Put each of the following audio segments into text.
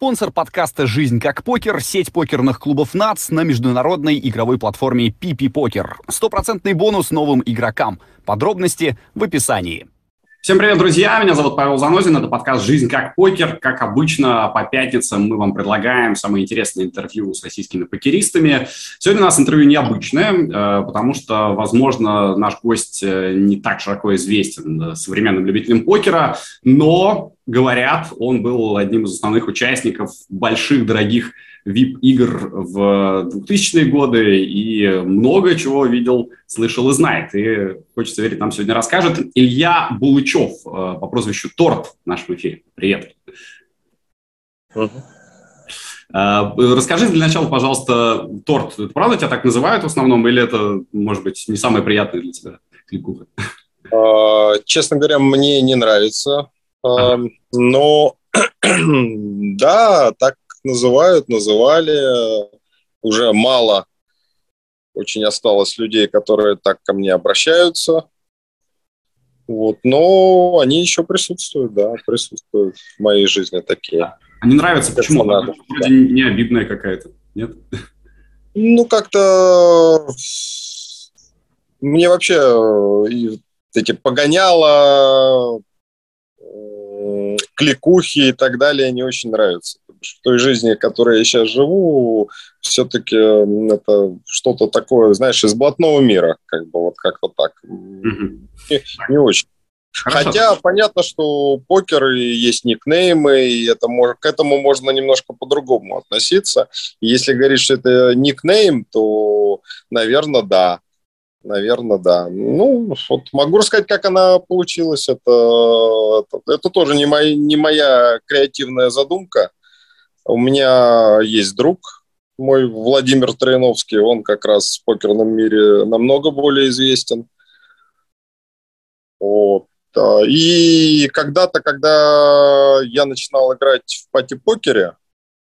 Спонсор подкаста «Жизнь как покер» — сеть покерных клубов НАЦ на международной игровой платформе PP Poker. 100% бонус новым игрокам. Подробности в описании. Всем привет, друзья! Меня зовут Павел Занозин. Это подкаст «Жизнь как покер». Как обычно, по пятницам мы вам предлагаем самые интересные интервью с российскими покеристами. Сегодня у нас интервью необычное, потому что, возможно, наш гость не так широко известен современным любителям покера, но, говорят, он был одним из основных участников больших, дорогих VIP-игр в 2000-е годы и много чего видел, слышал и знает. И, хочется верить, нам сегодня расскажет Илья Булычев по прозвищу Торт в нашем эфире. Привет. Расскажи для начала, пожалуйста, Торт, это правда тебя так называют в основном, или это, может быть, не самое приятное для тебя кликуха? Честно говоря, мне не нравится, но да, так называли, уже мало очень осталось людей, которые так ко мне обращаются, вот, но они еще присутствуют, да, присутствуют в моей жизни такие. А не нравится, почему? Вроде да. Не обидная какая-то, нет? Ну, как-то мне вообще эти погоняло, кликухи и так далее не очень нравятся. В той жизни, в которой я сейчас живу, все-таки это что-то такое, знаешь, из блатного мира, как бы вот как-то так. Не очень. Хорошо. Хотя понятно, что покер и есть никнеймы, и к этому можно немножко по-другому относиться. И если говорить, что это никнейм, то, наверное, да. Ну, вот могу рассказать, как она получилась. Это тоже не моя креативная задумка. У меня есть друг, мой Владимир Троиновский, он как раз в покерном мире намного более известен. Вот. И когда-то, когда я начинал играть в пати-покере,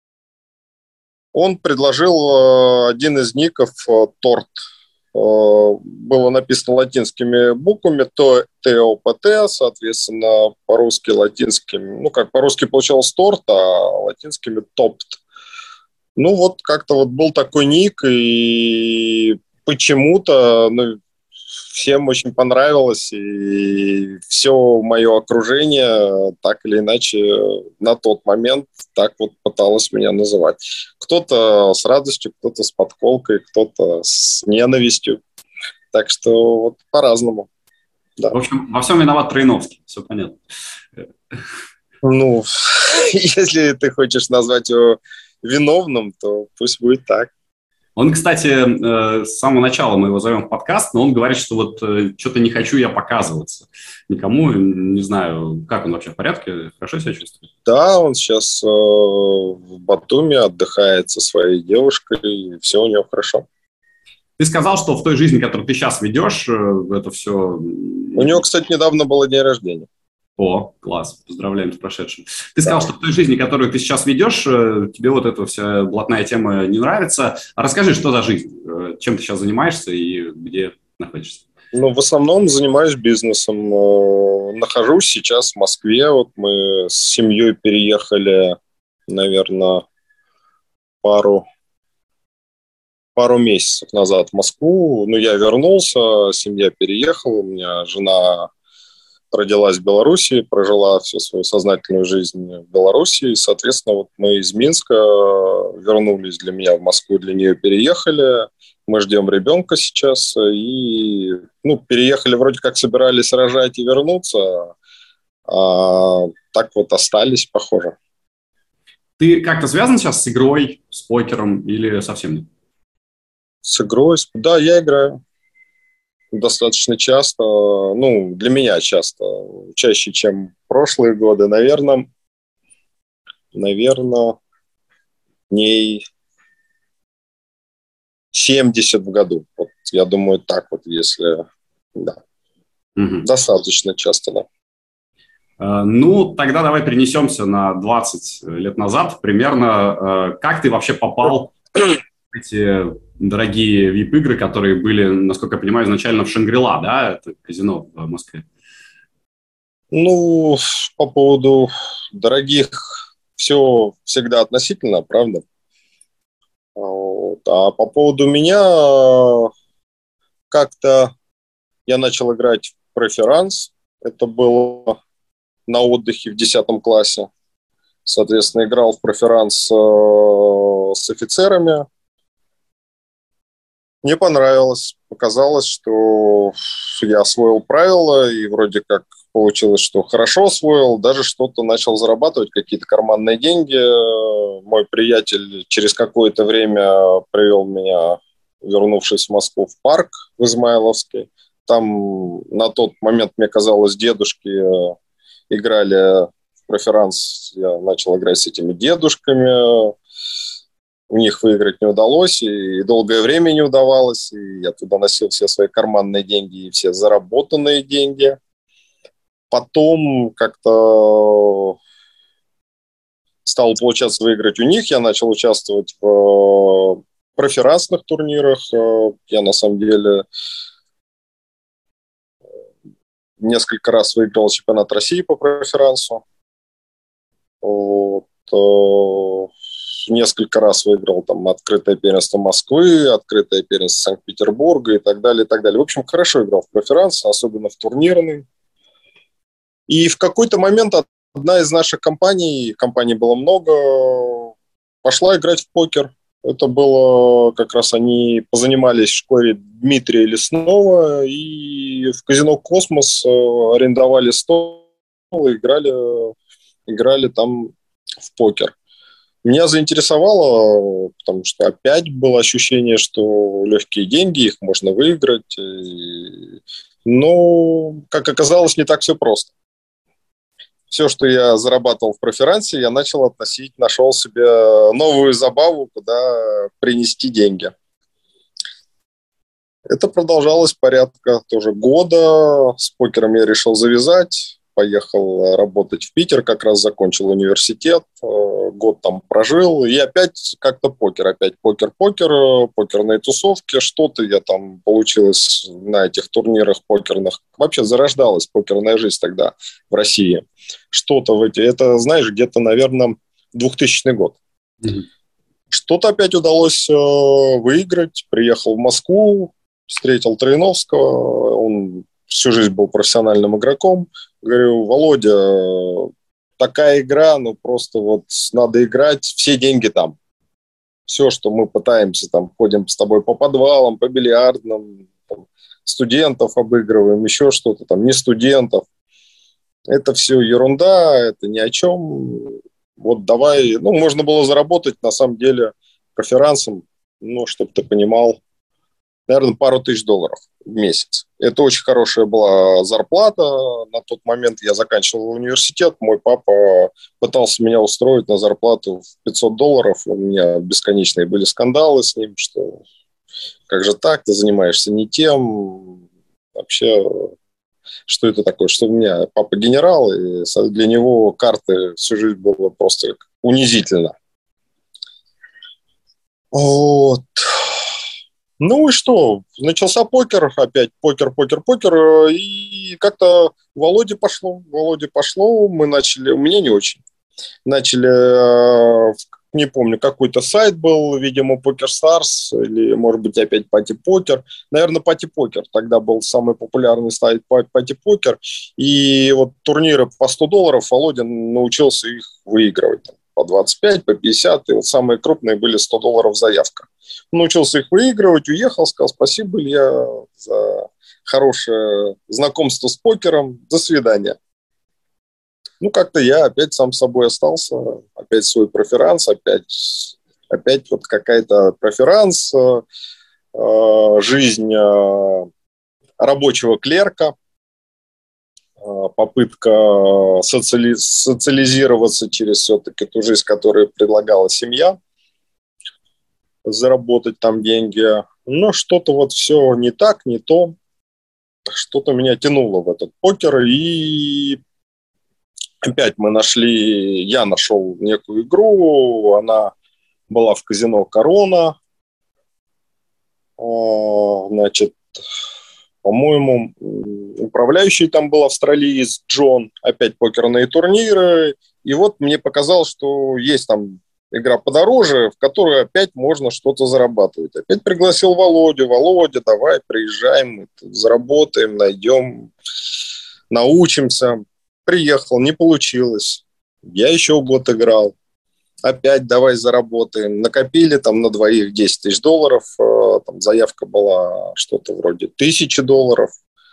он предложил один из ников Торт. Было написано латинскими буквами ТОПТ, соответственно, по-русски латинскими, ну, как по-русски получалось торт, а латинскими топт. Ну, вот как-то вот был такой ник, и почему-то, всем очень понравилось, и все мое окружение так или иначе на тот момент так вот пыталось меня называть. Кто-то с радостью, кто-то с подколкой, кто-то с ненавистью. Так что вот по-разному. Да. В общем, во всем виноват Троиновский, все понятно. Ну, если ты хочешь назвать его виновным, то пусть будет так. Он, кстати, с самого начала мы его зовем в подкаст, но он говорит, что вот что-то не хочу я показываться никому. Не знаю, как он вообще в порядке? Хорошо себя чувствует? Да, он сейчас в Батуми отдыхает со своей девушкой, и все у него хорошо. Ты сказал, что в той жизни, которую ты сейчас ведешь, это все... У него, кстати, недавно было день рождения. О, класс, поздравляем с прошедшим. Ты сказал, что в той жизни, которую ты сейчас ведешь, тебе вот эта вся блатная тема не нравится. А расскажи, что за жизнь? Чем ты сейчас занимаешься и где находишься? Ну, в основном занимаюсь бизнесом. Нахожусь сейчас в Москве. Вот мы с семьей переехали, наверное, пару месяцев назад в Москву. Ну, я вернулся, семья переехала, у меня жена родилась в Беларуси, прожила всю свою сознательную жизнь в Беларуси. И, соответственно, вот мы из Минска вернулись для меня в Москву, для нее переехали. Мы ждем ребенка сейчас. И переехали, вроде как собирались рожать и вернуться. А так вот остались, похоже. Ты как-то связан сейчас с игрой, с покером или совсем нет? С игрой? Да, я играю. Достаточно часто, для меня часто, чаще, чем прошлые годы, наверное, дней 70 в году. Вот, я думаю, так вот, если, да, достаточно часто, да. Ну, тогда давай перенесемся на 20 лет назад примерно. Как ты вообще попал в эти дорогие VIP-игры, которые были, насколько я понимаю, изначально в Шангри-Ла, да? Это казино в Москве. Ну, по поводу дорогих все всегда относительно, правда? Вот. А по поводу меня, как-то я начал играть в преферанс. Это было на отдыхе в 10 классе. Соответственно, играл в преферанс с офицерами. Мне понравилось. Показалось, что я освоил правила, и вроде как получилось, что хорошо освоил. Даже что-то начал зарабатывать, какие-то карманные деньги. Мой приятель через какое-то время привел меня, вернувшись в Москву, в парк в Измайловский. Там на тот момент, мне казалось, дедушки играли в преферанс. Я начал играть с этими дедушками. У них выиграть не удалось, и долгое время не удавалось. И я туда носил все свои карманные деньги и все заработанные деньги. Потом как-то стало получаться выиграть у них. Я начал участвовать в преферансных турнирах. Я, на самом деле, несколько раз выиграл чемпионат России по преферансу. Вот. Несколько раз выиграл там открытое первенство Москвы, открытое первенство Санкт-Петербурга и так далее, и так далее. В общем, хорошо играл в преферанс, особенно в турнирный. И в какой-то момент одна из наших компаний было много, пошла играть в покер. Это было как раз они позанимались в школе Дмитрия Лесного и в казино «Космос» арендовали стол и играли там в покер. Меня заинтересовало, потому что опять было ощущение, что легкие деньги, их можно выиграть. Но, как оказалось, не так все просто. Все, что я зарабатывал в преферансе, я нашел себе новую забаву, куда принести деньги. Это продолжалось порядка тоже года. С покером я решил завязать. Поехал работать в Питер, как раз закончил университет, год там прожил, и опять как-то опять покерные тусовки, что-то я там получилось на этих турнирах покерных. Вообще зарождалась покерная жизнь тогда в России. Что-то это, знаешь, где-то, наверное, 2000 год. Mm-hmm. Что-то опять удалось выиграть, приехал в Москву, встретил Троиновского, он всю жизнь был профессиональным игроком. Говорю: Володя, такая игра, просто надо играть, все деньги там. Все, что мы пытаемся, там, ходим с тобой по подвалам, по бильярдным, там, студентов обыгрываем, еще что-то там, не студентов. Это все ерунда, это ни о чем. Давай, можно было заработать, на самом деле, преферансом, чтобы ты понимал, наверное, пару тысяч долларов в месяц. Это очень хорошая была зарплата. На тот момент я заканчивал университет. Мой папа пытался меня устроить на зарплату в $500. У меня бесконечные были скандалы с ним, что как же так, ты занимаешься не тем. Вообще, что это такое? Что у меня папа генерал, и для него карты всю жизнь было просто унизительно. Вот. Ну и что? Начался покер, опять покер, и как-то Володе пошло, мы начали, у меня не очень, начали, не помню, какой-то сайт был, видимо, PokerStars, или, может быть, опять Party Poker, наверное, Party Poker, тогда был самый популярный сайт Party Poker, и турниры по $100 Володя научился их выигрывать, по 25, по 50, и самые крупные были $100 заявка. Научился их выигрывать, уехал, сказал: спасибо, Илья, за хорошее знакомство с покером, до свидания. Как-то я опять сам собой остался, опять свой преферанс, опять какая-то преферанс, жизнь рабочего клерка, попытка социализироваться через все-таки ту жизнь, которую предлагала семья, заработать там деньги. Но что-то все не так, не то. Что-то меня тянуло в этот покер. И опять я нашел некую игру. Она была в казино «Корона». Значит, по-моему, управляющий там был австралиец Джон. Опять покерные турниры. И вот мне показалось, что есть там игра подороже, в которой опять можно что-то зарабатывать. Опять пригласил Володю. Володя, давай, приезжаем, мы тут заработаем, найдем, научимся. Приехал, не получилось. Я еще год играл. Опять давай заработаем. Накопили там на двоих 10 тысяч долларов. Там заявка была что-то вроде $1000.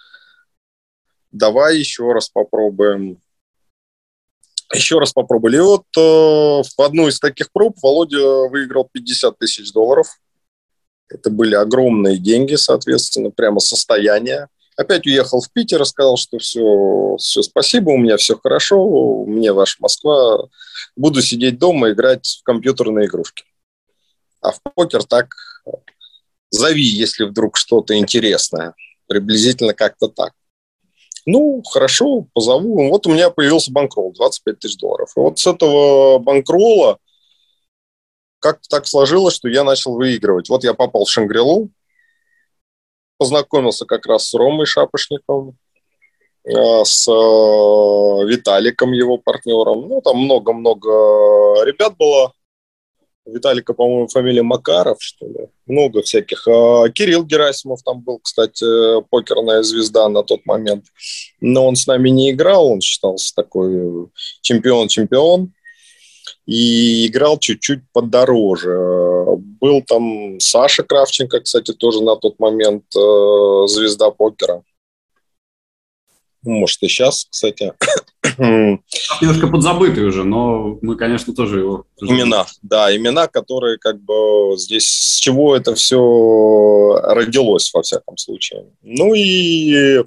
Давай еще раз попробуем. Еще раз попробовали. И вот в одну из таких проб Володя выиграл 50 тысяч долларов. Это были огромные деньги, соответственно, прямо состояние. Опять уехал в Питер и сказал, что все, спасибо, у меня все хорошо, мне ваша Москва, буду сидеть дома и играть в компьютерные игрушки. А в покер так зови, если вдруг что-то интересное. Приблизительно как-то так. Ну, хорошо, позову. Вот у меня появился банкролл, 25 тысяч долларов. И вот с этого банкролла как-то так сложилось, что я начал выигрывать. Вот я попал в Шангрилу, познакомился как раз с Ромой Шапошниковым, с Виталиком, его партнером. Ну, там много-много ребят было. Виталика, по-моему, фамилия Макаров, что ли. Много всяких. Кирилл Герасимов там был, кстати, покерная звезда на тот момент. Но он с нами не играл, он считался такой чемпион. И играл чуть-чуть подороже. Был там Саша Кравченко, кстати, тоже на тот момент звезда покера. Может, и сейчас, кстати. Немножко подзабытый уже, но мы, конечно, тоже его... Имена, которые как бы здесь, с чего это все родилось, во всяком случае. Ну и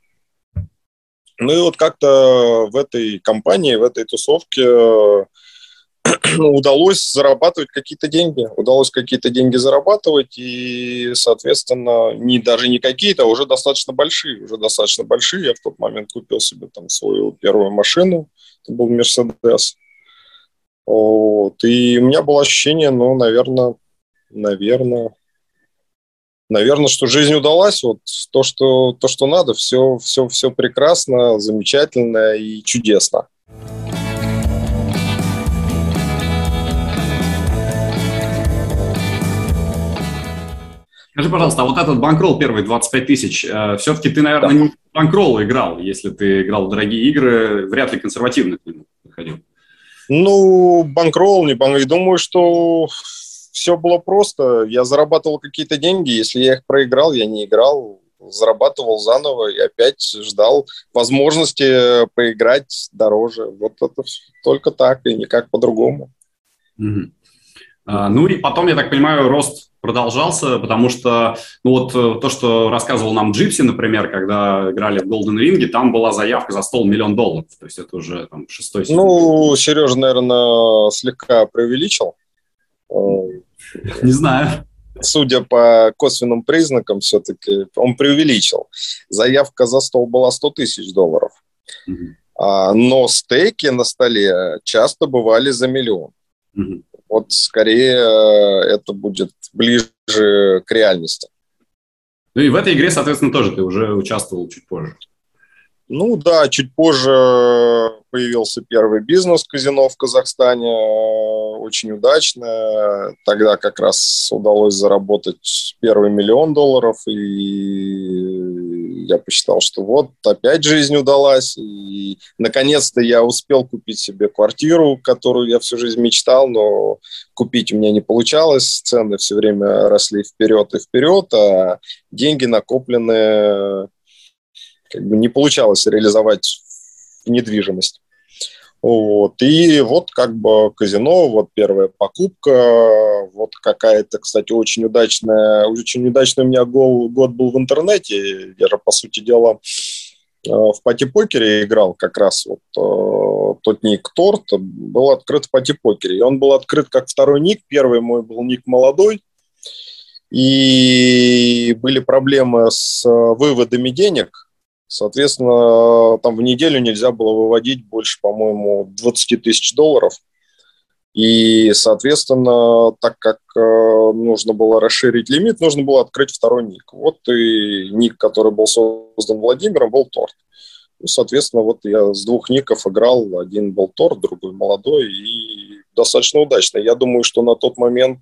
вот как-то в этой компании, в этой тусовке удалось зарабатывать какие-то деньги. Удалось какие-то деньги зарабатывать, и, соответственно, даже не какие-то, а уже достаточно большие. Я в тот момент купил себе там свою первую машину. Это был Мерседес. Вот. И у меня было ощущение, наверное, что жизнь удалась. Вот то, что надо, все прекрасно, замечательно и чудесно. Скажи, пожалуйста, а вот этот банкролл первый 25 тысяч, все-таки ты, наверное, не в банкролл играл. Если ты играл в дорогие игры, вряд ли консервативно к нему подходил. Ну, банкролл, не банкролл. Думаю, что все было просто. Я зарабатывал какие-то деньги. Если я их проиграл, я не играл. Зарабатывал заново и опять ждал возможности поиграть дороже. Вот это только так и никак по-другому. Угу. Ну и потом, я так понимаю, рост продолжался, потому что, ну вот то, что рассказывал нам Джипси, например, когда играли в Golden Ring, там была заявка за стол $1 миллион. То есть это уже там 6-7. Ну, Сережа, наверное, слегка преувеличил. Не знаю. Судя по косвенным признакам, все-таки он преувеличил. Заявка за стол была $100 тысяч. Но стейки на столе часто бывали за $1 миллион. Вот скорее это будет ближе к реальности. Ну и в этой игре, соответственно, тоже ты уже участвовал чуть позже. Ну да, чуть позже появился первый бизнес-казино в Казахстане, очень удачно. Тогда как раз удалось заработать первый $1 миллион, и я посчитал, что вот опять жизнь удалась, и наконец-то я успел купить себе квартиру, которую я всю жизнь мечтал, но купить у меня не получалось, цены все время росли вперед и вперед, а деньги накопленные... Как бы не получалось реализовать недвижимость. Вот. И вот как бы казино, вот первая покупка, вот какая-то, кстати, очень удачный у меня год был в интернете. Я же, по сути дела, в пати-покере играл как раз вот тот ник Торт был открыт в пати-покере. И он был открыт как второй ник. Первый мой был ник молодой. И были проблемы с выводами денег. Соответственно, там в неделю нельзя было выводить больше, по-моему, $20 тысяч. И, соответственно, так как нужно было расширить лимит, нужно было открыть второй ник. Вот и ник, который был создан Владимиром, был Торт. Ну, соответственно, вот я с двух ников играл. Один был торт, другой молодой. И достаточно удачно. Я думаю, что на тот момент,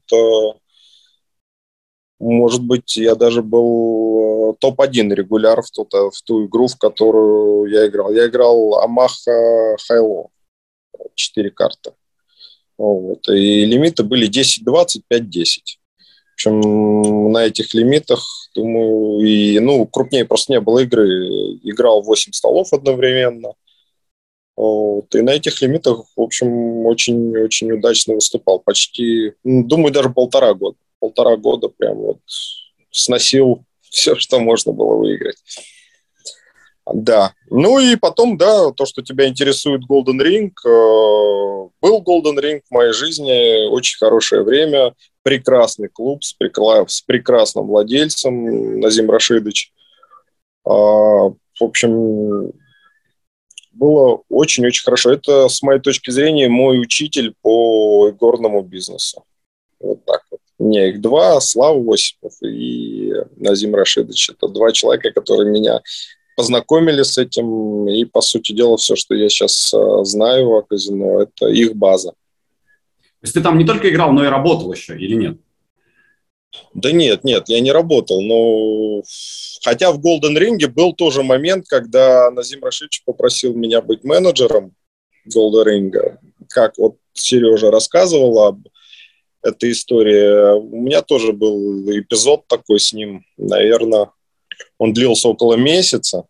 может быть, я даже был топ-1 регуляр в ту игру, в которую я играл. Я играл Амаха Хайло. 4 карты. Вот. И лимиты были 10-20, 5-10. В общем, на этих лимитах, думаю, крупнее просто не было игры. Играл 8 столов одновременно. Вот. И на этих лимитах, в общем, очень-очень удачно выступал. Почти, думаю, даже 1,5 года. 1,5 года прям вот сносил все, что можно было выиграть. Да. Ну и потом, да, то, что тебя интересует Golden Ring. Был Golden Ring в моей жизни, очень хорошее время, прекрасный клуб с прекрасным владельцем Назим Рашидович. В общем, было очень-очень хорошо. Это, с моей точки зрения, мой учитель по игорному бизнесу. Вот так вот. У меня их два, Слава Осипов и Назим Рашидович. Это два человека, которые меня познакомили с этим, и, по сути дела, все, что я сейчас знаю о казино, это их база. То есть ты там не только играл, но и работал еще, или нет? Да нет, я не работал, но хотя в Golden Ring был тоже момент, когда Назим Рашидович попросил меня быть менеджером Golden Ring, как вот Сережа рассказывал об этой истории. У меня тоже был эпизод такой с ним, наверное, он длился около месяца,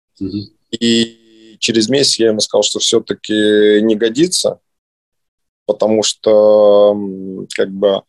и через месяц я ему сказал, что все-таки не годится, потому что как бы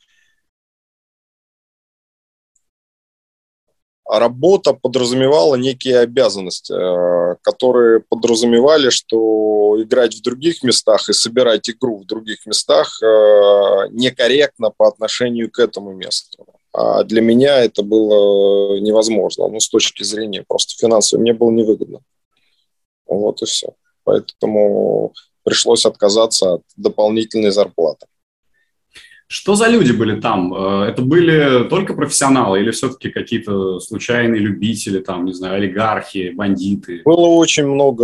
работа подразумевала некие обязанности, которые подразумевали, что играть в других местах и собирать игру в других местах некорректно по отношению к этому месту. А для меня это было невозможно. Ну, с точки зрения просто финансовой, мне было невыгодно. Вот и все. Поэтому пришлось отказаться от дополнительной зарплаты. Что за люди были там? Это были только профессионалы или все-таки какие-то случайные любители, там, не знаю, олигархи, бандиты? Было очень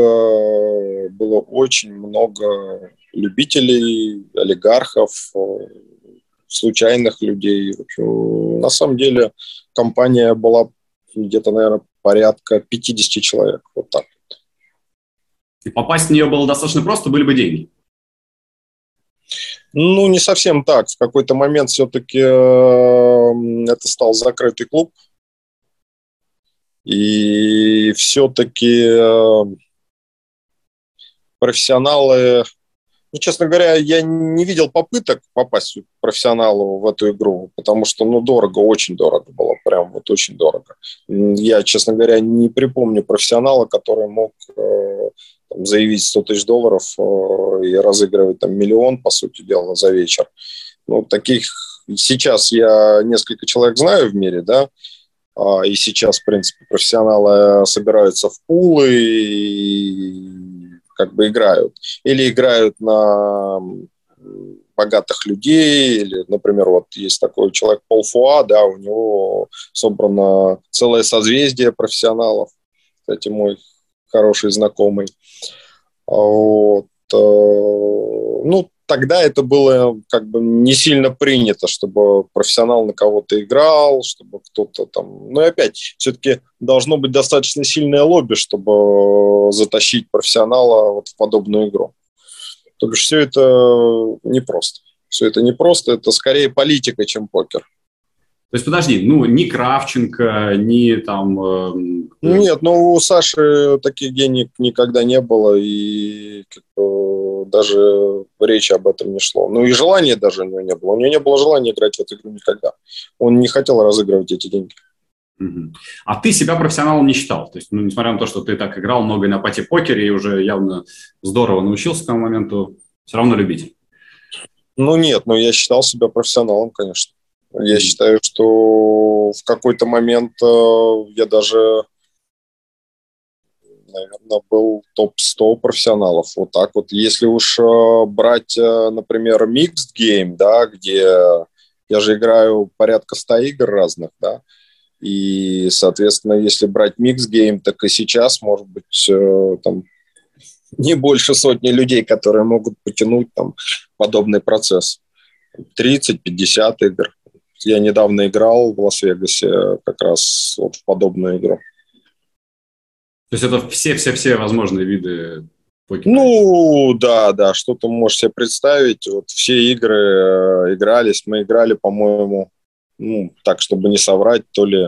много любителей, олигархов, случайных людей. В общем, на самом деле компания была где-то, наверное, порядка 50 человек. Вот так вот. И попасть в нее было достаточно просто, были бы деньги? Ну, не совсем так. В какой-то момент все-таки это стал закрытый клуб. И все-таки профессионалы... Ну, честно говоря, я не видел попыток попасть профессионалу в эту игру, потому что, дорого, очень дорого было, прям вот очень дорого. Я, честно говоря, не припомню профессионала, который мог заявить $100 000 и разыгрывать там 1 миллион, по сути дела, за вечер. Таких сейчас я несколько человек знаю в мире, да, и сейчас, в принципе, профессионалы собираются в пулы и как бы играют. Или играют на богатых людей, или, например, вот есть такой человек Пол Фуа, да, у него собрано целое созвездие профессионалов. Кстати, мой хороший знакомый. Вот. Тогда это было как бы не сильно принято, чтобы профессионал на кого-то играл, чтобы кто-то там... И опять, все-таки должно быть достаточно сильное лобби, чтобы затащить профессионала вот в подобную игру. То бишь все это непросто. Все это непросто, это скорее политика, чем покер. То есть, подожди, ни Кравченко, ни там... Нет, у Саши таких денег никогда не было, и даже речи об этом не шло. И желания даже у него не было. У него не было желания играть в эту игру никогда. Он не хотел разыгрывать эти деньги. А ты себя профессионалом не считал? То есть, несмотря на то, что ты так играл много на пати-покере и уже явно здорово научился к тому моменту, все равно любитель? Нет, я считал себя профессионалом, конечно. Я считаю, что в какой-то момент я даже, наверное, был топ-100 профессионалов. Вот так вот. Если уж брать, например, Mixed Game, да, где я же играю порядка 100 игр разных, да, И, соответственно, если брать микс-гейм, так и сейчас, может быть, там не больше сотни людей, которые могут потянуть там подобный процесс. 30-50 игр. Я недавно играл в Лас-Вегасе как раз вот в подобную игру. То есть это все возможные виды покера? Ну, да, что ты можешь себе представить. Вот все игры игрались. Мы играли, по-моему, ну, так, чтобы не соврать, то ли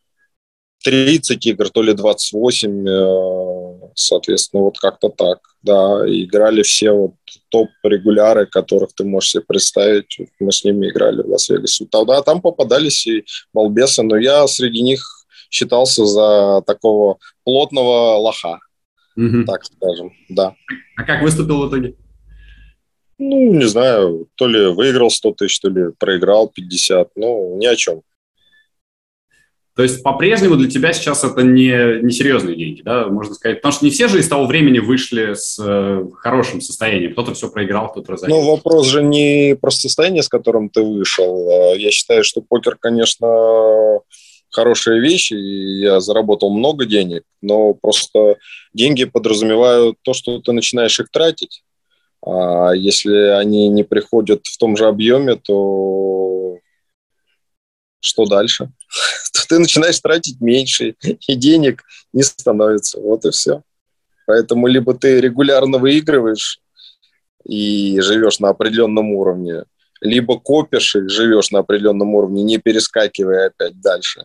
30 игр, то ли 28, соответственно, вот как-то так, да, играли все вот топ-регуляры, которых ты можешь себе представить, мы с ними играли в Лас-Вегасе. Тогда там попадались и балбесы, но я среди них считался за такого плотного лоха, так скажем, да. А как выступил в итоге? Ну, не знаю, то ли выиграл 100 тысяч, то ли проиграл 50, ну, ни о чем. То есть по-прежнему для тебя сейчас это не серьезные деньги, да, можно сказать? Потому что не все же из того времени вышли с хорошим состоянием. Кто-то все проиграл, кто-то разорился. Ну, вопрос же не про состояние, с которым ты вышел. Я считаю, что покер, конечно, хорошая вещь, и я заработал много денег, но просто деньги подразумевают то, что ты начинаешь их тратить. А если они не приходят в том же объеме, то что дальше? То ты начинаешь тратить меньше, и денег не становится. Вот и все. Поэтому либо ты регулярно выигрываешь и живешь на определенном уровне, либо копишь и живешь на определенном уровне, не перескакивая опять дальше,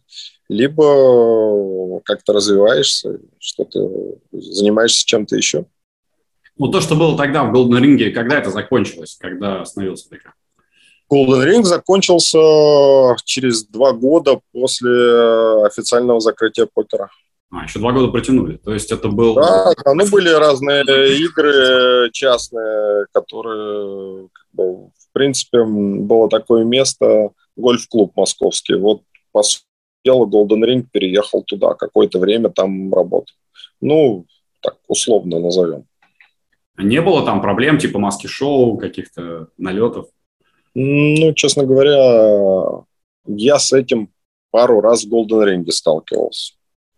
либо как-то развиваешься, что-то занимаешься чем-то еще. Ну, то, что было тогда в Golden Ring, когда это закончилось, когда остановился ТК? Golden Ring закончился через 2 года после официального закрытия покера. Еще 2 года протянули. То есть это был... Да, ну были разные игры частные, которые, как бы, в принципе, было такое место, гольф-клуб московский. Вот, по сути дела, Golden Ring переехал туда, какое-то время там работал. Ну, так, условно назовем. Не было там проблем, типа маски-шоу, каких-то налетов? Ну, честно говоря, я с этим пару раз в Golden Ring сталкивался.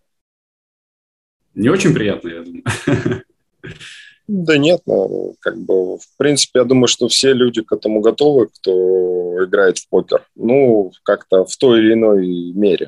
Не очень приятно, я думаю. Да нет, ну, как бы, в принципе, я думаю, что все люди к этому готовы, кто играет в покер. Ну, как-то в той или иной мере.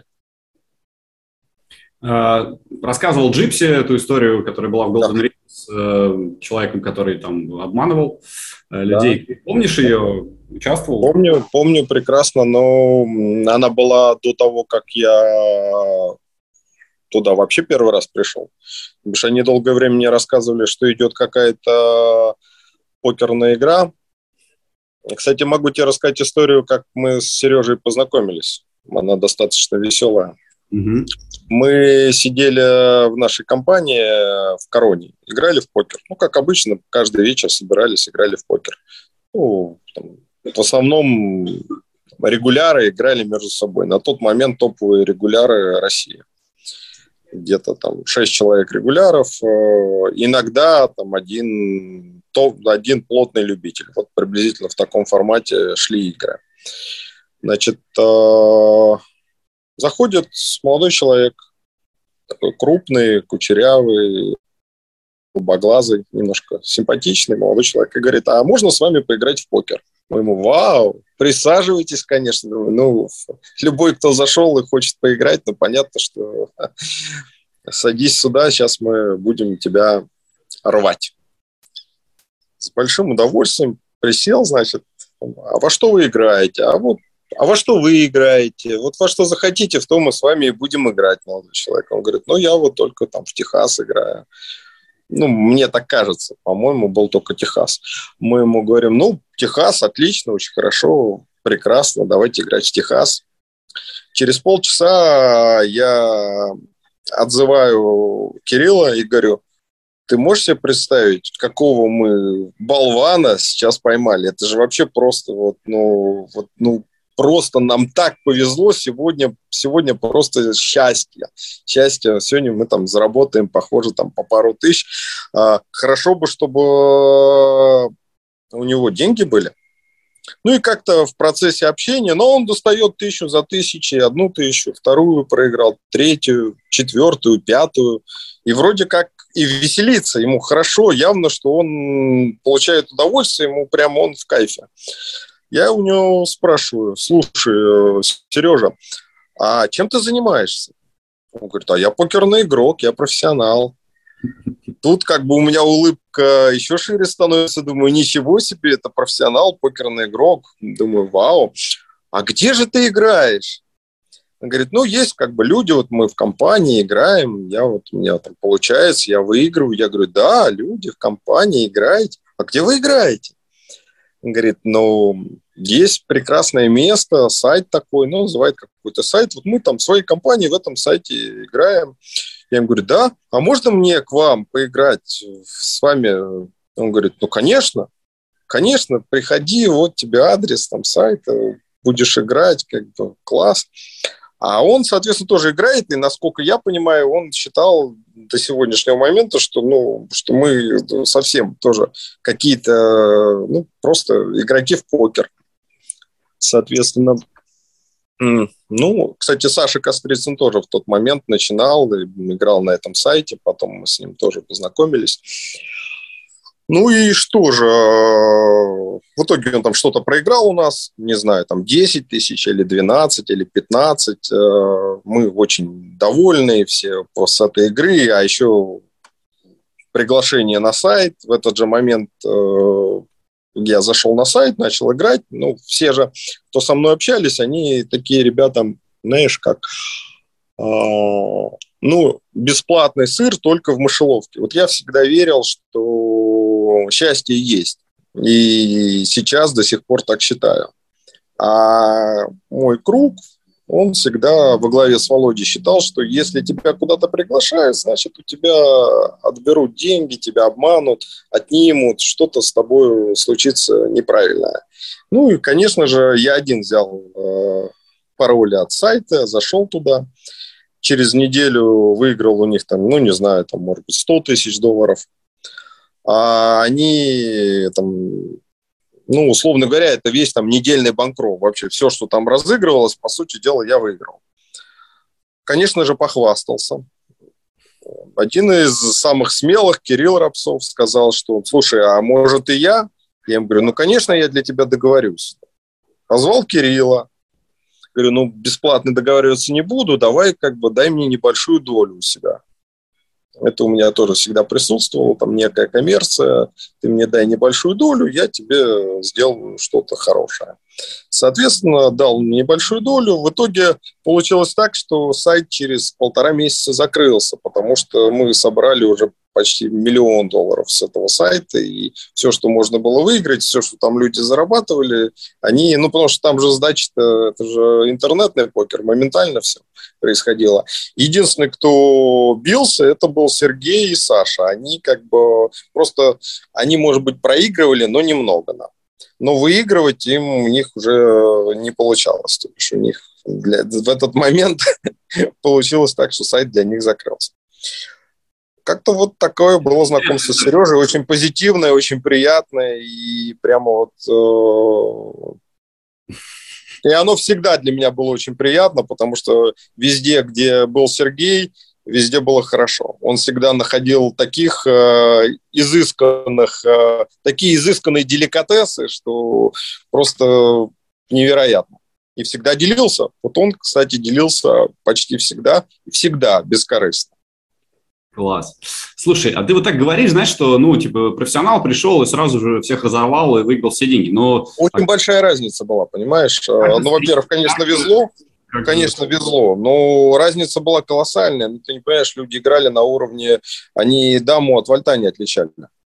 Рассказывал Джипси эту историю, которая была в Golden Ring с человеком, который там обманывал людей. Да. Помнишь ее? Участвовал? Помню прекрасно, но она была до того, как я туда вообще первый раз пришел. Потому что они долгое время мне рассказывали, что идет какая-то покерная игра. Кстати, могу тебе рассказать историю, как мы с Сережей познакомились. Она достаточно веселая. Угу. Мы сидели в нашей компании в Короне, играли в покер. Ну, как обычно, каждый вечер собирались, играли в покер. Ну, там, в основном регуляры играли между собой. На тот момент топовые регуляры России. Где-то там 6 человек регуляров, иногда там один плотный любитель. Вот приблизительно в таком формате шли игры. Значит, заходит молодой человек, такой крупный, кучерявый, голубоглазый, немножко симпатичный молодой человек, и говорит: а можно с вами поиграть в покер? Мы ему: вау, присаживайтесь, конечно. Ну, любой, кто зашел и хочет поиграть, ну, понятно, что садись сюда, сейчас мы будем тебя рвать. С большим удовольствием присел, значит, а во что вы играете? А во что вы играете? Вот во что захотите, в то мы с вами и будем играть, молодой человек. Он говорит: ну, я вот только там в Техас играю. Ну, мне так кажется, по-моему, был только Техас. Мы ему говорим: ну, Техас, отлично, очень хорошо, прекрасно, давайте играть в Техас. Через полчаса я отзываю Кирилла и говорю: ты можешь себе представить, какого мы болвана сейчас поймали? Это же вообще просто просто нам так повезло сегодня просто счастье. Сегодня мы там заработаем, похоже, там по пару тысяч. Хорошо бы, чтобы у него деньги были. Ну и как-то в процессе общения, но он достает 1000 за 1000, 1000, вторую проиграл, третью, четвертую, пятую. И вроде как и веселится, ему хорошо, явно, что он получает удовольствие, ему прямо он в кайфе. Я у него спрашиваю: слушай, Сережа, а чем ты занимаешься? Он говорит: а я покерный игрок, я профессионал. Тут как бы у меня улыбка еще шире становится. Думаю, ничего себе, это профессионал, покерный игрок. Думаю, вау. А где же ты играешь? Он говорит: ну, есть как бы люди, вот мы в компании играем, у меня там получается, я выигрываю. Я говорю: да, люди в компании играете. А где вы играете? Он говорит: ну, есть прекрасное место, сайт такой, ну, называет какой-то сайт. Вот мы там в своей компании в этом сайте играем. Я ему говорю: да, а можно мне к вам поиграть с вами? Он говорит: ну, конечно, приходи, вот тебе адрес, там, сайт, будешь играть, как бы, класс. А он, соответственно, тоже играет, и, насколько я понимаю, он считал до сегодняшнего момента, что мы совсем тоже какие-то, просто игроки в покер. Соответственно, кстати, Саша Кострицын тоже в тот момент начинал, играл на этом сайте, потом мы с ним тоже познакомились. Ну и что же, в итоге он там что-то проиграл у нас, не знаю, там 10 тысяч или 12 или 15. Мы очень довольны все с этой игры, а еще приглашение на сайт. В этот же момент я зашел на сайт, начал играть. Ну, все же, кто со мной общались, они такие ребята, знаешь, как... бесплатный сыр только в мышеловке. Вот я всегда верил, что счастье есть. И сейчас до сих пор так считаю. А мой круг, он всегда во главе с Володей считал, что если тебя куда-то приглашают, значит, у тебя отберут деньги, тебя обманут, отнимут, что-то с тобой случится неправильное. Ну и, конечно же, я один взял пароль от сайта, зашел туда. Через неделю выиграл у них там, может быть, 100 тысяч долларов. А они там, условно говоря, это весь там недельный банкролл. Вообще все, что там разыгрывалось, по сути дела, я выиграл. Конечно же, похвастался. Один из самых смелых, Кирилл Рапсов, сказал, что: слушай, а может и я? Я ему говорю: конечно, я для тебя договорюсь. Позвал Кирилла. Говорю: бесплатно договариваться не буду, давай дай мне небольшую долю у себя. Это у меня тоже всегда присутствовало, там некая коммерция, ты мне дай небольшую долю, я тебе сделаю что-то хорошее. Соответственно, дал мне небольшую долю. В итоге получилось так, что сайт через 1,5 месяца закрылся, потому что мы собрали уже почти $1 миллион с этого сайта, и все, что можно было выиграть, все, что там люди зарабатывали, они, потому что там же сдача-то, это же интернетный покер, моментально все происходило. Единственный, кто бился, это был Сергей и Саша. Они они, может быть, проигрывали, но немного нам. Но выигрывать у них уже не получалось. То есть у них в этот момент получилось так, что сайт для них закрылся. Как-то вот такое было знакомство с Сережей, очень позитивное, очень приятное, и прямо и оно всегда для меня было очень приятно, потому что везде, где был Сергей, везде было хорошо. Он всегда находил такие изысканные деликатесы, что просто невероятно. И всегда делился. Вот он, кстати, делился почти всегда бескорыстно. Класс. Слушай, а ты вот так говоришь, знаешь, что, профессионал пришел и сразу же всех разорвал и выиграл все деньги. Но... Очень большая разница была, понимаешь? Во-первых, конечно, везло. Конечно, везло, но разница была колоссальная. Ты не понимаешь, люди играли на уровне, они даму от вальта не отличали.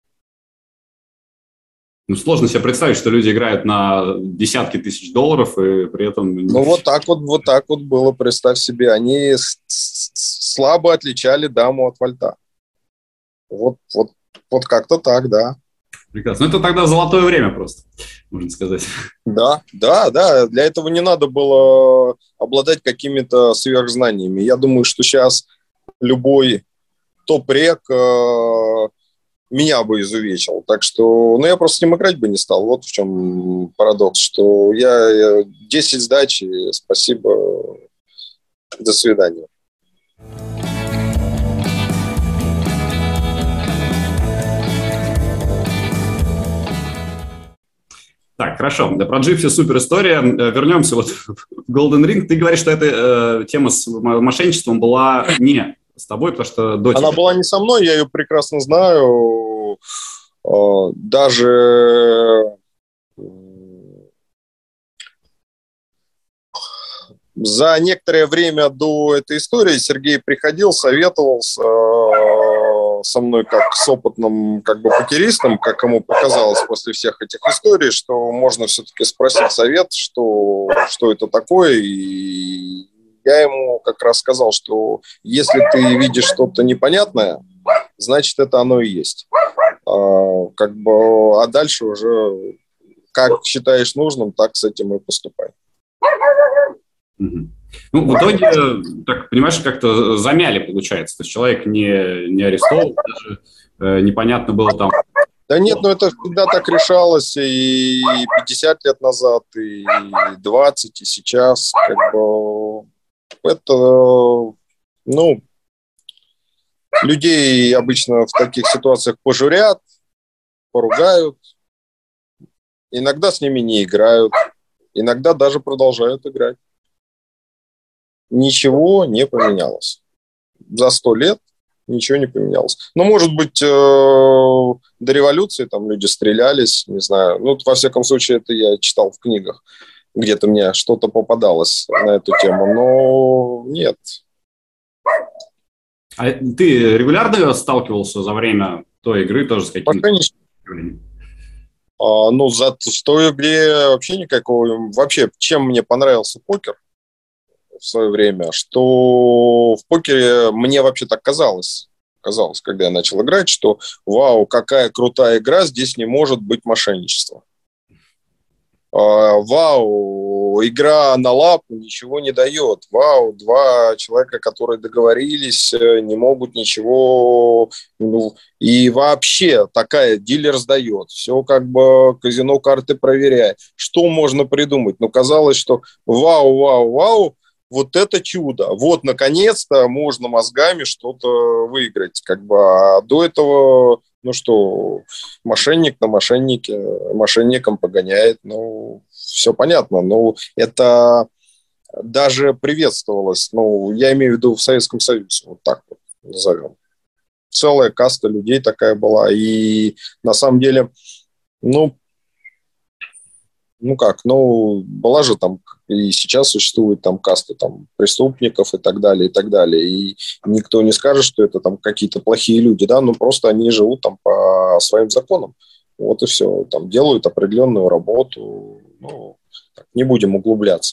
Сложно себе представить, что люди играют на десятки тысяч долларов и при этом... Вот так вот было, представь себе. Они слабо отличали даму от вальта. Вот как-то так, да. Прекрасно. Это тогда золотое время просто, можно сказать. Да. Для этого не надо было обладать какими-то сверхзнаниями. Я думаю, что сейчас любой топ-рек меня бы изувечил. Так что, ну, я просто с ним играть бы не стал. Вот в чем парадокс, что я 10 сдач, и спасибо, до свидания. Так, хорошо. Да, про Джипси супер история. Вернемся вот в Golden Ring. Ты говоришь, что эта тема с мошенничеством была не с тобой, потому что до тебя. Она была не со мной, я ее прекрасно знаю. Даже за некоторое время до этой истории Сергей приходил, советовался со мной как с опытным как бы покеристом, как ему показалось после всех этих историй, что можно все-таки спросить совет, что это такое. И я ему как раз сказал, что если ты видишь что-то непонятное, значит, это оно и есть. Как бы, а дальше уже как считаешь нужным, так с этим и поступай. Ну, в итоге, так, понимаешь, как-то замяли, получается. То есть человек не арестован, даже непонятно было там. Да нет, ну это всегда так решалось и 50 лет назад, и 20, и сейчас. Как бы это, ну, людей обычно в таких ситуациях пожурят, поругают. Иногда с ними не играют, иногда даже продолжают играть. Ничего не поменялось. За 100 лет ничего не поменялось. Ну, может быть, до революции там люди стрелялись, не знаю. Ну, во всяком случае, это я читал в книгах. Где-то мне что-то попадалось на эту тему, но нет. А ты регулярно сталкивался за время той игры тоже с какими-то явлениями? Ну, в той игре вообще никакого... Вообще, чем мне понравился покер в свое время, что в покере мне вообще так казалось, когда я начал играть, что вау, какая крутая игра, здесь не может быть мошенничества. Вау, игра на лапу ничего не дает. Вау, два человека, которые договорились, не могут ничего... Ну, и вообще такая дилер сдает. Все как бы казино карты проверяет. Что можно придумать? Ну, казалось, что вау, вау, вау, вот это чудо. Вот, наконец-то можно мозгами что-то выиграть. Как бы, а до этого... Ну что, мошенник на мошеннике, мошенником погоняет, ну, все понятно. Ну, это даже приветствовалось, ну, я имею в виду в Советском Союзе, вот так вот назовем. Целая каста людей такая была, и на самом деле, ну как, ну, была же там, и сейчас существует там каста там преступников и так далее, и так далее. И никто не скажет, что это там какие-то плохие люди, да, ну, просто они живут там по своим законам. Вот и все. Там делают определенную работу. Ну, так, не будем углубляться.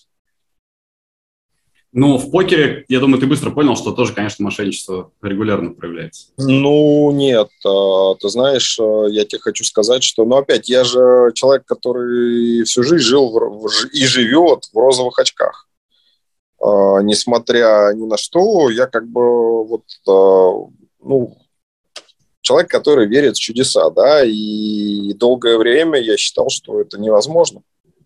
Ну, в покере, я думаю, ты быстро понял, что тоже, конечно, мошенничество регулярно проявляется. Ну, нет. Ты знаешь, я тебе хочу сказать, что, ну, опять, я же человек, который всю жизнь жил и живет в розовых очках. Несмотря ни на что, я как бы вот, ну, человек, который верит в чудеса, да, и долгое время я считал, что это невозможно.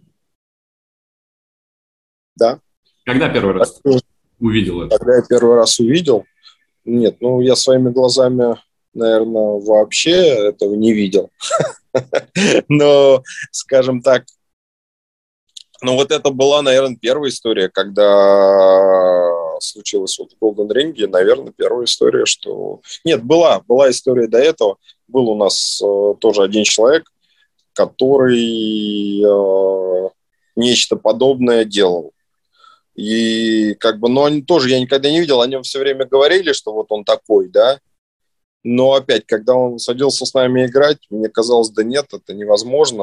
Да. Когда первый раз увидел это? Когда я первый раз увидел, нет, ну, я своими глазами, наверное, вообще этого не видел. Но, скажем так, ну, вот это была, наверное, первая история, когда случилось вот в Golden Ring, наверное, первая история, что... Нет, была история до этого. Был у нас тоже один человек, который нечто подобное делал. И как бы, но тоже я никогда не видел, о нем все время говорили, что вот он такой, да. Но опять, когда он садился с нами играть, мне казалось, да нет, это невозможно,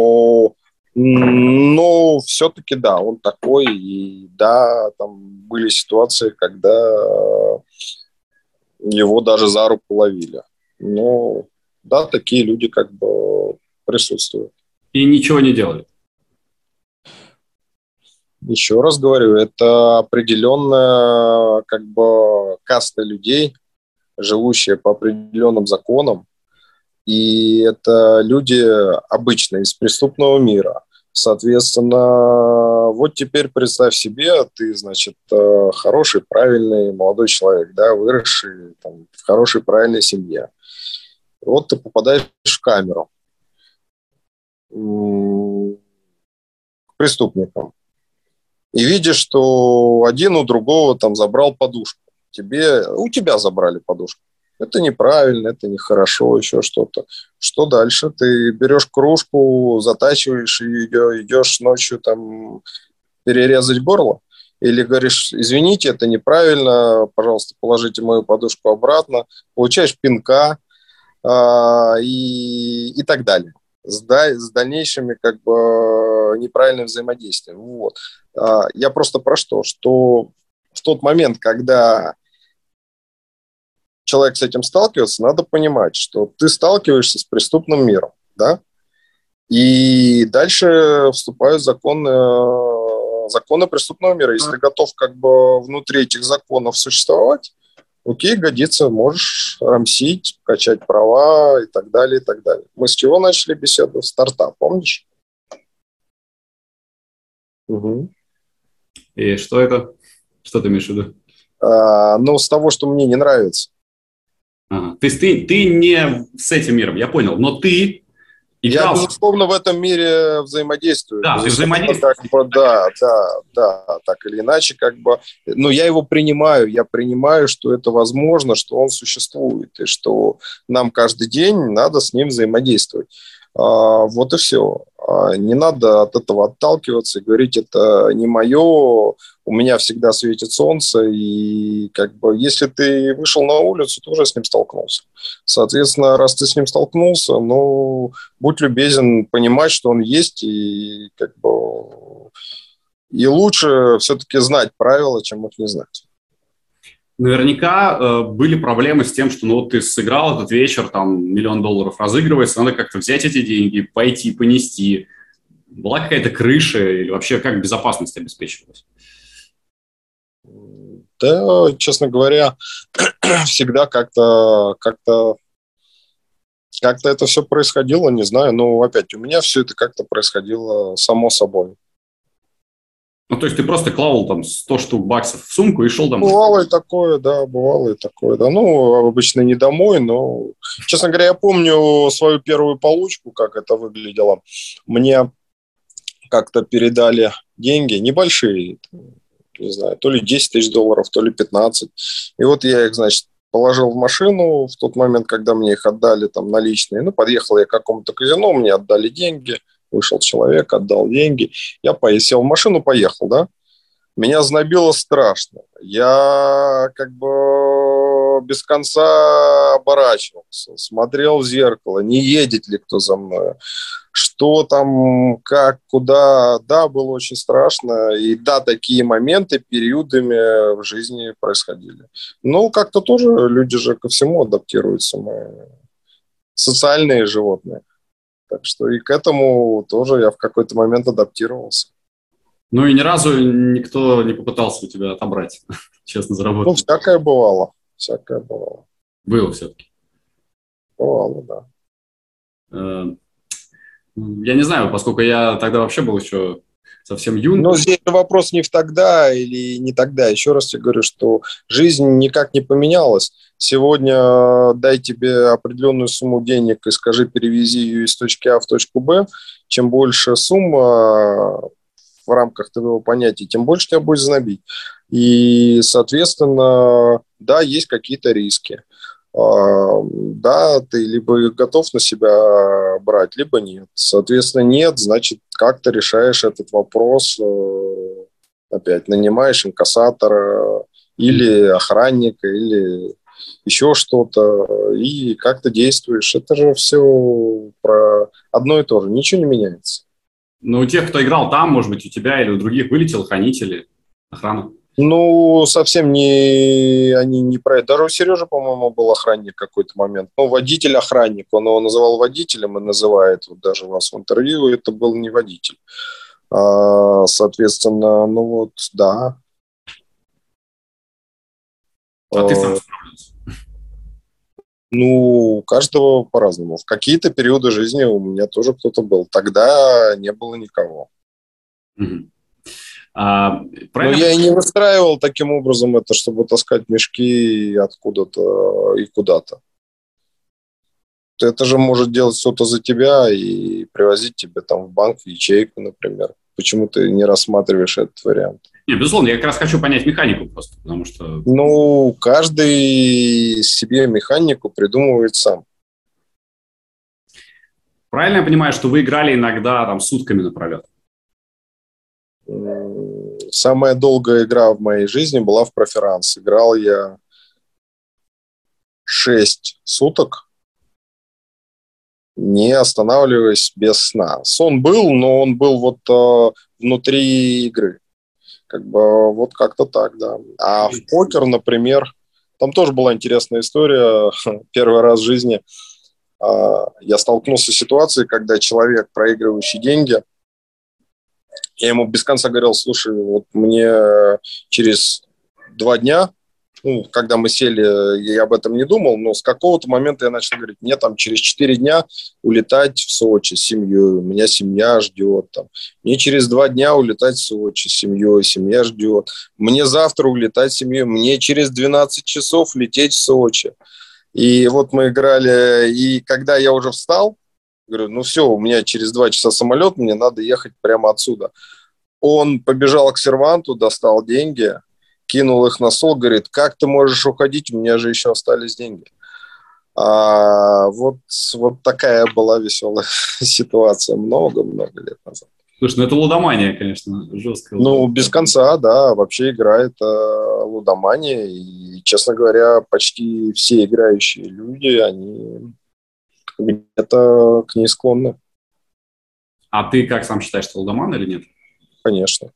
но все-таки, да, он такой, и да, там были ситуации, когда его даже за руку ловили. Но да, такие люди как бы присутствуют. И ничего не делают. Еще раз говорю, это определенная как бы каста людей, живущая по определенным законам, И это люди обычные, из преступного мира. Соответственно, вот теперь представь себе, ты, значит, хороший, правильный молодой человек, да, выросший там, в хорошей, правильной семье. Вот ты попадаешь в камеру к преступникам и видишь, что один у другого там забрал подушку. У тебя забрали подушку. Это неправильно, это нехорошо, еще что-то. Что дальше? Ты берешь кружку, затачиваешь ее, идешь ночью там перерезать горло? Или говоришь, извините, это неправильно, пожалуйста, положите мою подушку обратно, получаешь пинка и так далее. С дальнейшими как бы неправильным взаимодействием. Вот. Я просто про что в тот момент, когда человек с этим сталкивается, надо понимать, что ты сталкиваешься с преступным миром, да, и дальше вступают законы преступного мира. Если ты готов как бы внутри этих законов существовать, окей, годится, можешь рамсить, качать права и так далее, и так далее. Мы с чего начали беседу? Стартап, помнишь? Угу. И что это? Что ты имеешь в виду? Ну, с того, что мне не нравится. Ага. То есть ты не с этим миром, я понял, но ты Я, играл... безусловно, в этом мире взаимодействую. Да, ты Безусловно, взаимодействуешь. как бы, да, так или иначе, как бы, но я его принимаю, я принимаю, что это возможно, что он существует, и что нам каждый день надо с ним взаимодействовать. Вот и все. Не надо от этого отталкиваться и говорить, это не мое, у меня всегда светит солнце, и как бы, если ты вышел на улицу, ты уже с ним столкнулся. Соответственно, раз ты с ним столкнулся, ну, будь любезен понимать, что он есть, и как бы и лучше все-таки знать правила, чем их не знать. Наверняка были проблемы с тем, что ну вот ты сыграл этот вечер, там $1 миллион разыгрывается, надо как-то взять эти деньги, пойти, понести. Была какая-то крыша или вообще как безопасность обеспечивалась? Да, честно говоря, всегда как-то это все происходило, не знаю, но опять у меня все это как-то происходило само собой. Ну, то есть ты просто клал там 100 штук баксов в сумку и шел домой? Бывало и такое, да, бывало и такое, да. Ну, обычно не домой, но, честно говоря, я помню свою первую получку, как это выглядело. Мне как-то передали деньги небольшие, не знаю, то ли 10 тысяч долларов, то ли 15. И вот я их, значит, положил в машину в тот момент, когда мне их отдали там наличные. Ну, подъехал я к какому-то казино, мне отдали деньги, вышел человек, отдал деньги. Я сел в машину, поехал, да. Меня знобило страшно. Я как бы без конца оборачивался, смотрел в зеркало, не едет ли кто за мной, что там, как, куда. Да, было очень страшно. И да, такие моменты периодами в жизни происходили. Ну, как-то тоже люди же ко всему адаптируются. Мы социальные животные. Так что и к этому тоже я в какой-то момент адаптировался. Ну и ни разу никто не попытался у тебя отобрать честно Ну, заработанное. всякое бывало. Всякое бывало. Было все-таки. Бывало, да. Я не знаю, поскольку я тогда вообще был еще совсем юн. Но здесь вопрос не в тогда или не тогда. Еще раз тебе говорю, что жизнь никак не поменялась. Сегодня дай тебе определенную сумму денег и скажи, перевези ее из точки А в точку Б. Чем больше сумма в рамках твоего понятия, тем больше тебя будет знобить. И, соответственно, да, есть какие-то риски. Да, ты либо готов на себя брать, либо нет. Соответственно, нет, значит, как ты решаешь этот вопрос, опять нанимаешь инкассатора или охранника, или еще что-то, и как ты действуешь. Это же все про одно и то же, ничего не меняется. Но у тех, кто играл там, может быть, у тебя или у других вылетел хранители, охрана. Ну, совсем не, они не про это. Даже у Сережи, по-моему, был охранник какой-то момент. Ну, водитель-охранник. Он его называл водителем и называет вот даже вас в интервью. Это был не водитель. Соответственно, ну вот, да. А ты сам Э, справлялся. Ну, у каждого по-разному. В какие-то периоды жизни у меня тоже кто-то был. Тогда не было никого. Мгм. Но Правильно? я и не выстраивал таким образом это, чтобы таскать мешки откуда-то и куда-то. Это же может делать кто-то за тебя и привозить тебе там в банк, в ячейку, например. Почему ты не рассматриваешь этот вариант? Не, безусловно, я как раз хочу понять механику просто, потому что... Ну, каждый себе механику придумывает сам. Правильно я понимаю, что вы играли иногда там сутками напролет? Самая долгая игра в моей жизни была в проферанс. Играл я 6 суток, не останавливаясь без сна. Сон был, но он был вот внутри игры. Как бы вот как-то так, да. А в покер, например, там тоже была интересная история. Первый раз в жизни я столкнулся с ситуацией, когда человек, проигрывающий деньги, я ему без конца говорил: слушай, вот мне через 2 дня, ну, когда мы сели, я об этом не думал, но с какого-то момента я начал говорить: мне там через 4 дня улетать в Сочи с семьей, у меня семья ждет. Там. Мне через 2 дня улетать в Сочи с семьей, семья ждет. Мне завтра улетать с семьей, мне через 12 часов лететь в Сочи. И вот мы играли, и когда я уже встал, говорю: ну все, у меня через 2 часа самолет, мне надо ехать прямо отсюда. Он побежал к серванту, достал деньги, кинул их на стол, говорит: как ты можешь уходить, у меня же еще остались деньги. Вот такая была веселая ситуация много-много лет назад. Слушай, ну это лудомания, конечно, жесткая Ну, лудомания. без конца, да, вообще игра – это лудомания, и, честно говоря, почти все играющие люди, они где-то к ней склонны, А ты как сам считаешь, что лудоман или нет? конечно.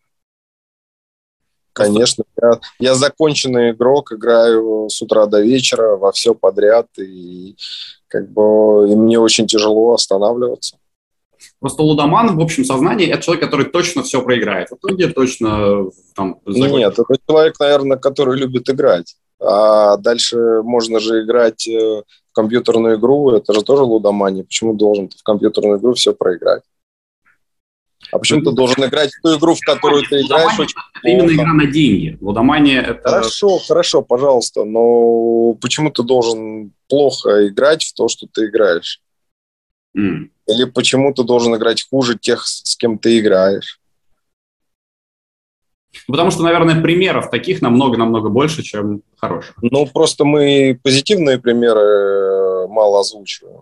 Просто, Конечно, я законченный игрок, играю с утра до вечера во все подряд, и как бы и мне очень тяжело останавливаться. просто лудоман в общем сознании – это человек, который точно все проиграет. В итоге точно там закончит. Нет, это человек, наверное, который любит играть. А дальше можно же играть в компьютерную игру, это же тоже лудомания. Почему должен ты в компьютерную игру все проиграть? А почему ты должен играть в ту игру, в которую ты играешь, Лудомания – очень это именно плохо? игра на деньги. Лудомания – это… Хорошо, хорошо, пожалуйста, но почему ты должен плохо играть в то, что ты играешь? Или почему ты должен играть хуже тех, с кем ты играешь? Потому что, наверное, примеров таких намного-намного больше, чем хороших. Ну, просто мы позитивные примеры мало озвучиваем.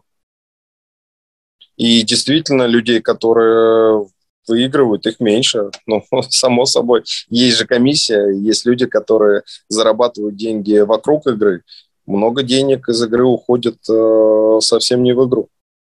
И действительно, людей, которые выигрывают, их меньше. Ну, само собой. Есть же комиссия, есть люди, которые зарабатывают деньги вокруг игры. Много денег из игры уходит совсем не в игру.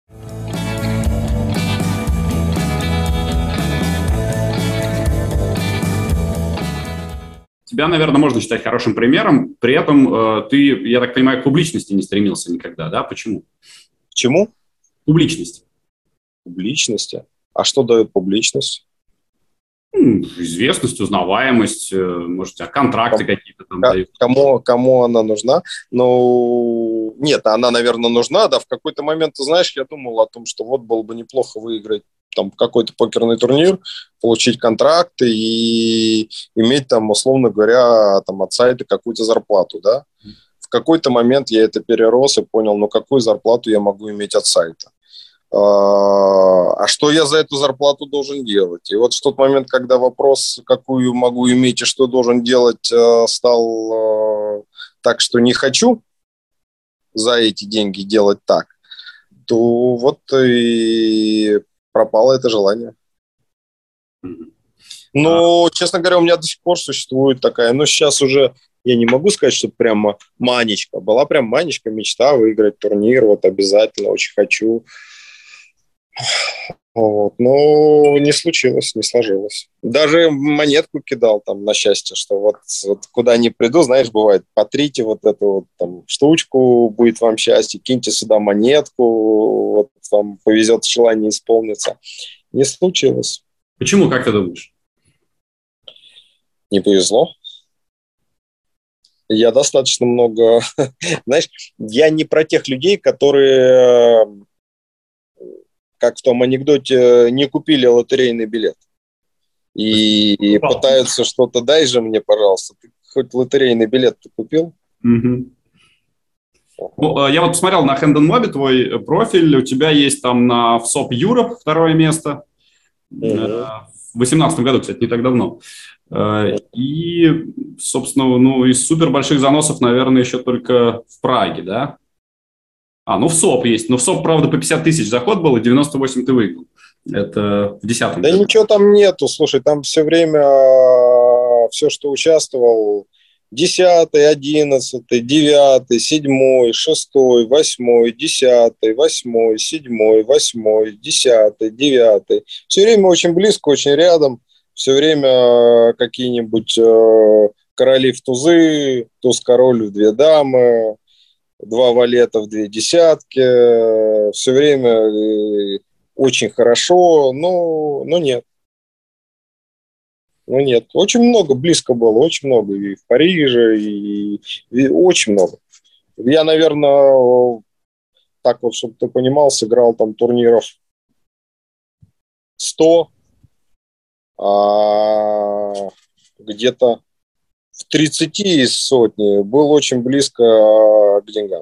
Тебя, наверное, можно считать хорошим примером, при этом ты, я так понимаю, к публичности не стремился никогда, да? Почему? К чему? Публичность. Публичности. А что дает публичность? Известность, узнаваемость, может, контракты какие-то там дают. Кому она нужна? Ну, нет, она, наверное, нужна, да, в какой-то момент, ты знаешь, я думал о том, что вот было бы неплохо выиграть там какой-то покерный турнир, получить контракты и иметь там, условно говоря, там от сайта какую-то зарплату, да. В какой-то момент я это перерос и понял, ну, какую зарплату я могу иметь от сайта. А что я за эту зарплату должен делать? И вот в тот момент, когда вопрос, какую могу иметь и что должен делать, стал так, что не хочу за эти деньги делать так, то вот и пропало это желание. Но, честно говоря, у меня до сих пор существует такая, но сейчас уже я не могу сказать, что прямо манечка. Была прям манечка, мечта выиграть турнир, вот обязательно, очень хочу. Вот. Но не случилось, не сложилось. Даже монетку кидал там на счастье, что вот куда ни приду, знаешь, бывает, потрите вот эту вот там штучку, будет вам счастье, киньте сюда монетку, вот вам повезет, желание исполнится. Не случилось. Почему, как ты думаешь? Не повезло. Я достаточно много... Знаешь, я не про тех людей, которые, как в том анекдоте, не купили лотерейный билет. И пытаются что-то, дай же мне, пожалуйста. Ты хоть лотерейный билет ты купил? Угу. Ну, я вот посмотрел на Hand Mobi твой профиль, у тебя есть там на FSOP Europe второе место. В 2018 году, кстати, не так давно. И, собственно, ну, из супер больших заносов, наверное, еще только в Праге, да? Ну, в СОП есть. Но в СОП, правда, по 50 тысяч заход был, и 98 ты выиграл. Это в 10-м Да году. ничего там нету, слушай, там все время все, что участвовал, 10-й, 11-й, 9-й, 7-й, 6-й, 8-й, 10-й, 8-й, 7-й, 8-й, 10-й, 9-й. Все время очень близко, очень рядом. Все время какие-нибудь короли в тузы, туз-король в две дамы, два валета в две десятки. Все время очень хорошо, но нет. Ну нет, очень много близко было, очень много и в Париже, и очень много. Я, наверное, так вот, чтобы ты понимал, сыграл там турниров 100, а где-то в 30 из сотни был очень близко к деньгам.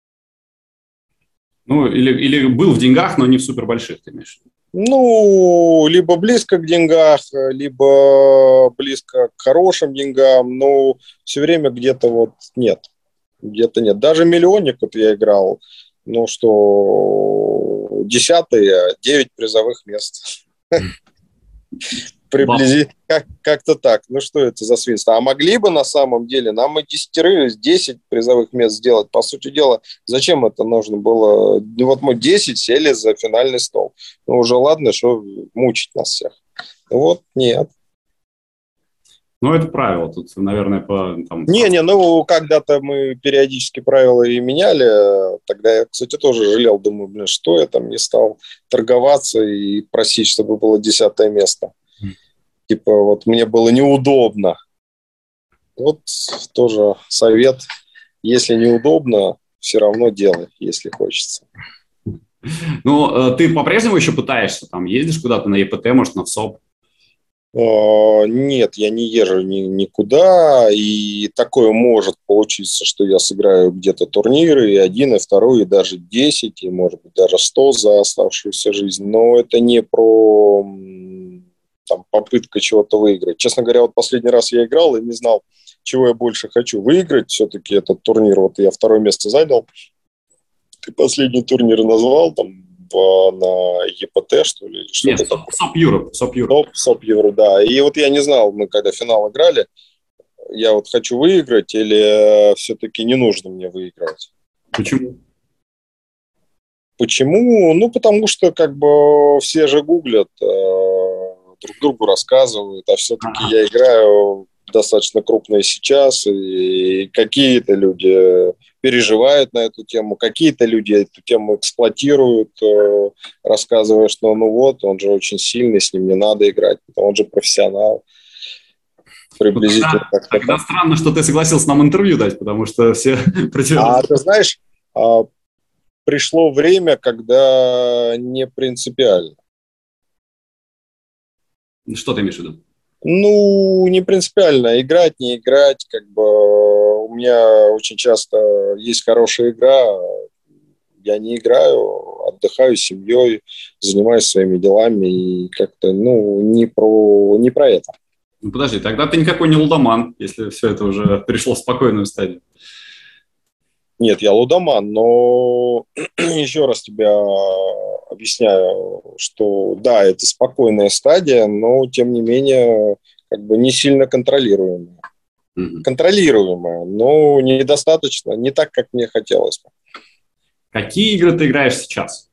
Ну, или был в деньгах, но не в супер больших, ты имеешь в виду? Ну, либо близко к деньгах, либо близко к хорошим деньгам, но все время где-то вот нет. Где-то нет. Даже миллионник вот я играл, ну что, 10-е, 9 призовых мест. Приблизительно как-то так. Ну что это за свинство? А могли бы на самом деле нам и 10 призовых мест сделать. По сути дела, зачем это нужно было? Вот мы 10 сели за финальный стол. Ну уже ладно, что мучить нас всех. Вот нет. Ну, это правило. Тут, наверное, ну, когда-то мы периодически правила и меняли. Тогда я, кстати, тоже жалел. Думаю, блин, что я там не стал торговаться и просить, чтобы было 10-е место. Типа, вот мне было неудобно. Вот тоже совет. Если неудобно, все равно делай, если хочется. Ну, ты по-прежнему еще пытаешься? Там ездишь куда-то на ЕПТ, может, на ВСОП? Нет, я не езжу никуда, и такое может получиться, что я сыграю где-то турниры, и 1, и 2, и даже 10, и, может быть, даже 100 за оставшуюся жизнь, но это не про там, попытка чего-то выиграть. Честно говоря, вот последний раз я играл и не знал, чего я больше хочу выиграть. Все-таки этот турнир, вот я 2 место занял. Ты последний турнир назвал, там, на ЕПТ, что ли? Нет, СОП Europe. СОП Евро, да. И вот я не знал, мы когда финал играли, я вот хочу выиграть или все-таки не нужно мне выигрывать. Почему? Почему? Ну, потому что как бы все же гуглят, друг другу рассказывают, а все-таки я играю достаточно крупные сейчас, и какие-то люди переживают на эту тему, какие-то люди эту тему эксплуатируют, рассказывая, что ну вот, он же очень сильный, с ним не надо играть, он же профессионал. Приблизительно тогда странно, что ты согласился нам интервью дать, потому что все А ты знаешь, пришло время, когда не принципиально. Что ты имеешь в виду? Ну, не принципиально, играть, не играть, как бы у меня очень часто есть хорошая игра, я не играю, отдыхаю с семьей, занимаюсь своими делами и как-то, ну, не про это. Ну, подожди, тогда ты никакой не лудоман, если все это уже перешло в спокойную стадию. Нет, я лудоман, но еще раз тебя объясняю, что да, это спокойная стадия, но тем не менее как бы не сильно контролируемая. Контролируемая, но недостаточно, не так, как мне хотелось бы. Какие игры ты играешь сейчас?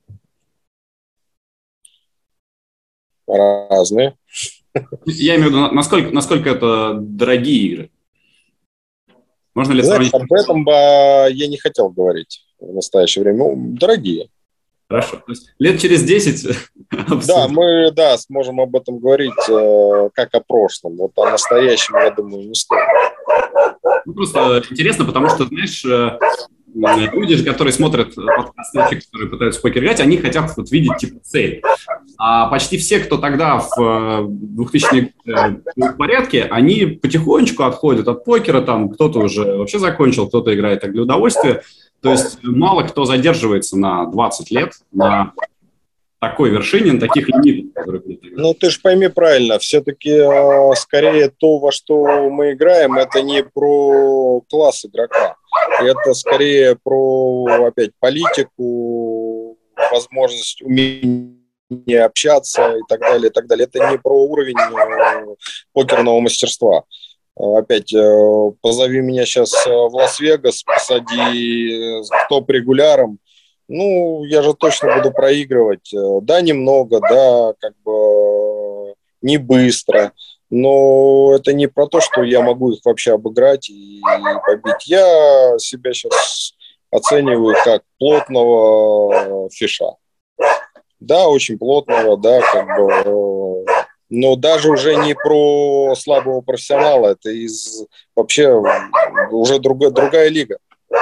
Разные. Я имею в виду, насколько это дорогие игры? Можно ли сравнить? Об этом бы я не хотел говорить в настоящее время. Ну, дорогие. Хорошо. То есть лет через 10... Да, мы сможем об этом говорить как о прошлом. Вот о настоящем, я думаю, не стоит. Ну, просто интересно, потому что, знаешь, люди, которые смотрят подкасты, которые пытаются в покер играть, они хотят вот видеть типа цель. А почти все, кто тогда в 2000-е в порядке, они потихонечку отходят от покера, там кто-то уже вообще закончил, кто-то играет так для удовольствия. То есть мало кто задерживается на 20 лет на такой вершине, на таких лимитах, которые кто-то играет. Ну, ты же пойми правильно, все-таки скорее то, во что мы играем, это не про класс игрока. Это скорее про, опять, политику, возможность умения общаться и так далее, и так далее. Это не про уровень покерного мастерства. Опять, позови меня сейчас в Лас-Вегас, посади в топ-регуляром. Ну, я же точно буду проигрывать. Да, немного, да, как бы не быстро. Но это не про то, что я могу их вообще обыграть и побить. Я себя сейчас оцениваю как плотного фиша. Да, очень плотного, да, как бы. Но даже уже не про слабого профессионала. Это вообще уже другая лига.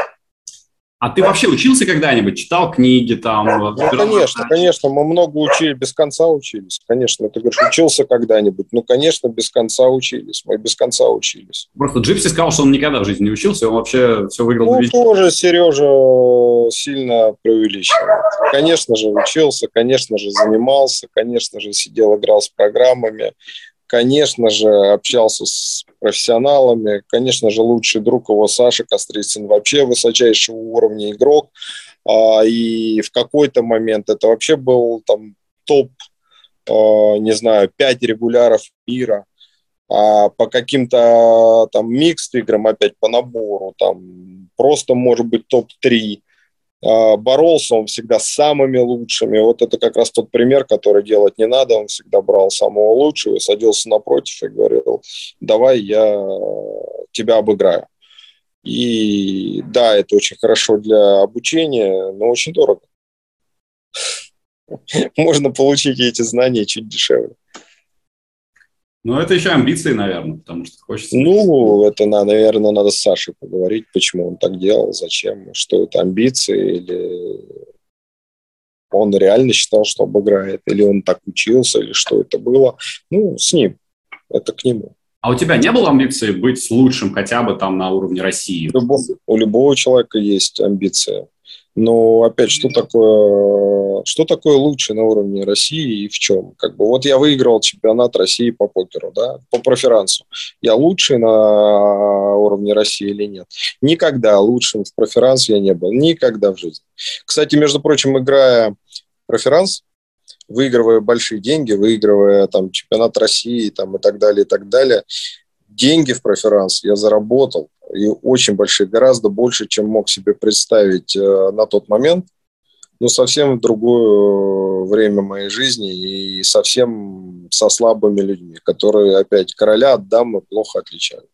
А ты вообще учился когда-нибудь? Читал книги там? Ну, конечно, мы много учили, без конца учились. Конечно, ты говоришь, учился когда-нибудь? Ну, конечно, без конца учились. Мы без конца учились. Просто Джипси сказал, что он никогда в жизни не учился, он вообще все выиграл. Ну, тоже Сережа сильно преувеличивает. Конечно же, учился, конечно же, занимался, конечно же, сидел, играл с программами. Конечно же, общался с профессионалами. Конечно же, лучший друг его Саша Кострицын вообще высочайшего уровня игрок. И в какой-то момент это вообще был там топ, не знаю, 5 регуляров мира. А по каким-то там микс-играм, опять по набору, там просто может быть топ-3. Боролся он всегда с самыми лучшими. Вот это как раз тот пример, который делать не надо. Он всегда брал самого лучшего, садился напротив и говорил, давай я тебя обыграю. И да, это очень хорошо для обучения, но очень дорого. Можно получить эти знания чуть дешевле. Ну, это еще амбиции, наверное, потому что хочется... Ну, это, наверное, надо с Сашей поговорить, почему он так делал, зачем, что это амбиции, или он реально считал, что обыграет, или он так учился, или что это было. Ну, с ним, это к нему. А у тебя не было амбиции быть лучшим хотя бы там на уровне России? У любого человека есть амбиции. Но опять, что такое лучше на уровне России и в чем? Как бы, вот я выиграл чемпионат России по покеру, да, по проферансу. Я лучший на уровне России или нет? Никогда лучшим в проферанс я не был. Никогда в жизни. Кстати, между прочим, играя проферанс, выигрывая большие деньги, выигрывая там чемпионат России там, и так далее, деньги в проферанс я заработал, и очень большие, гораздо больше, чем мог себе представить на тот момент, но совсем в другое время моей жизни и совсем со слабыми людьми, которые, опять, короля от дамы плохо отличали.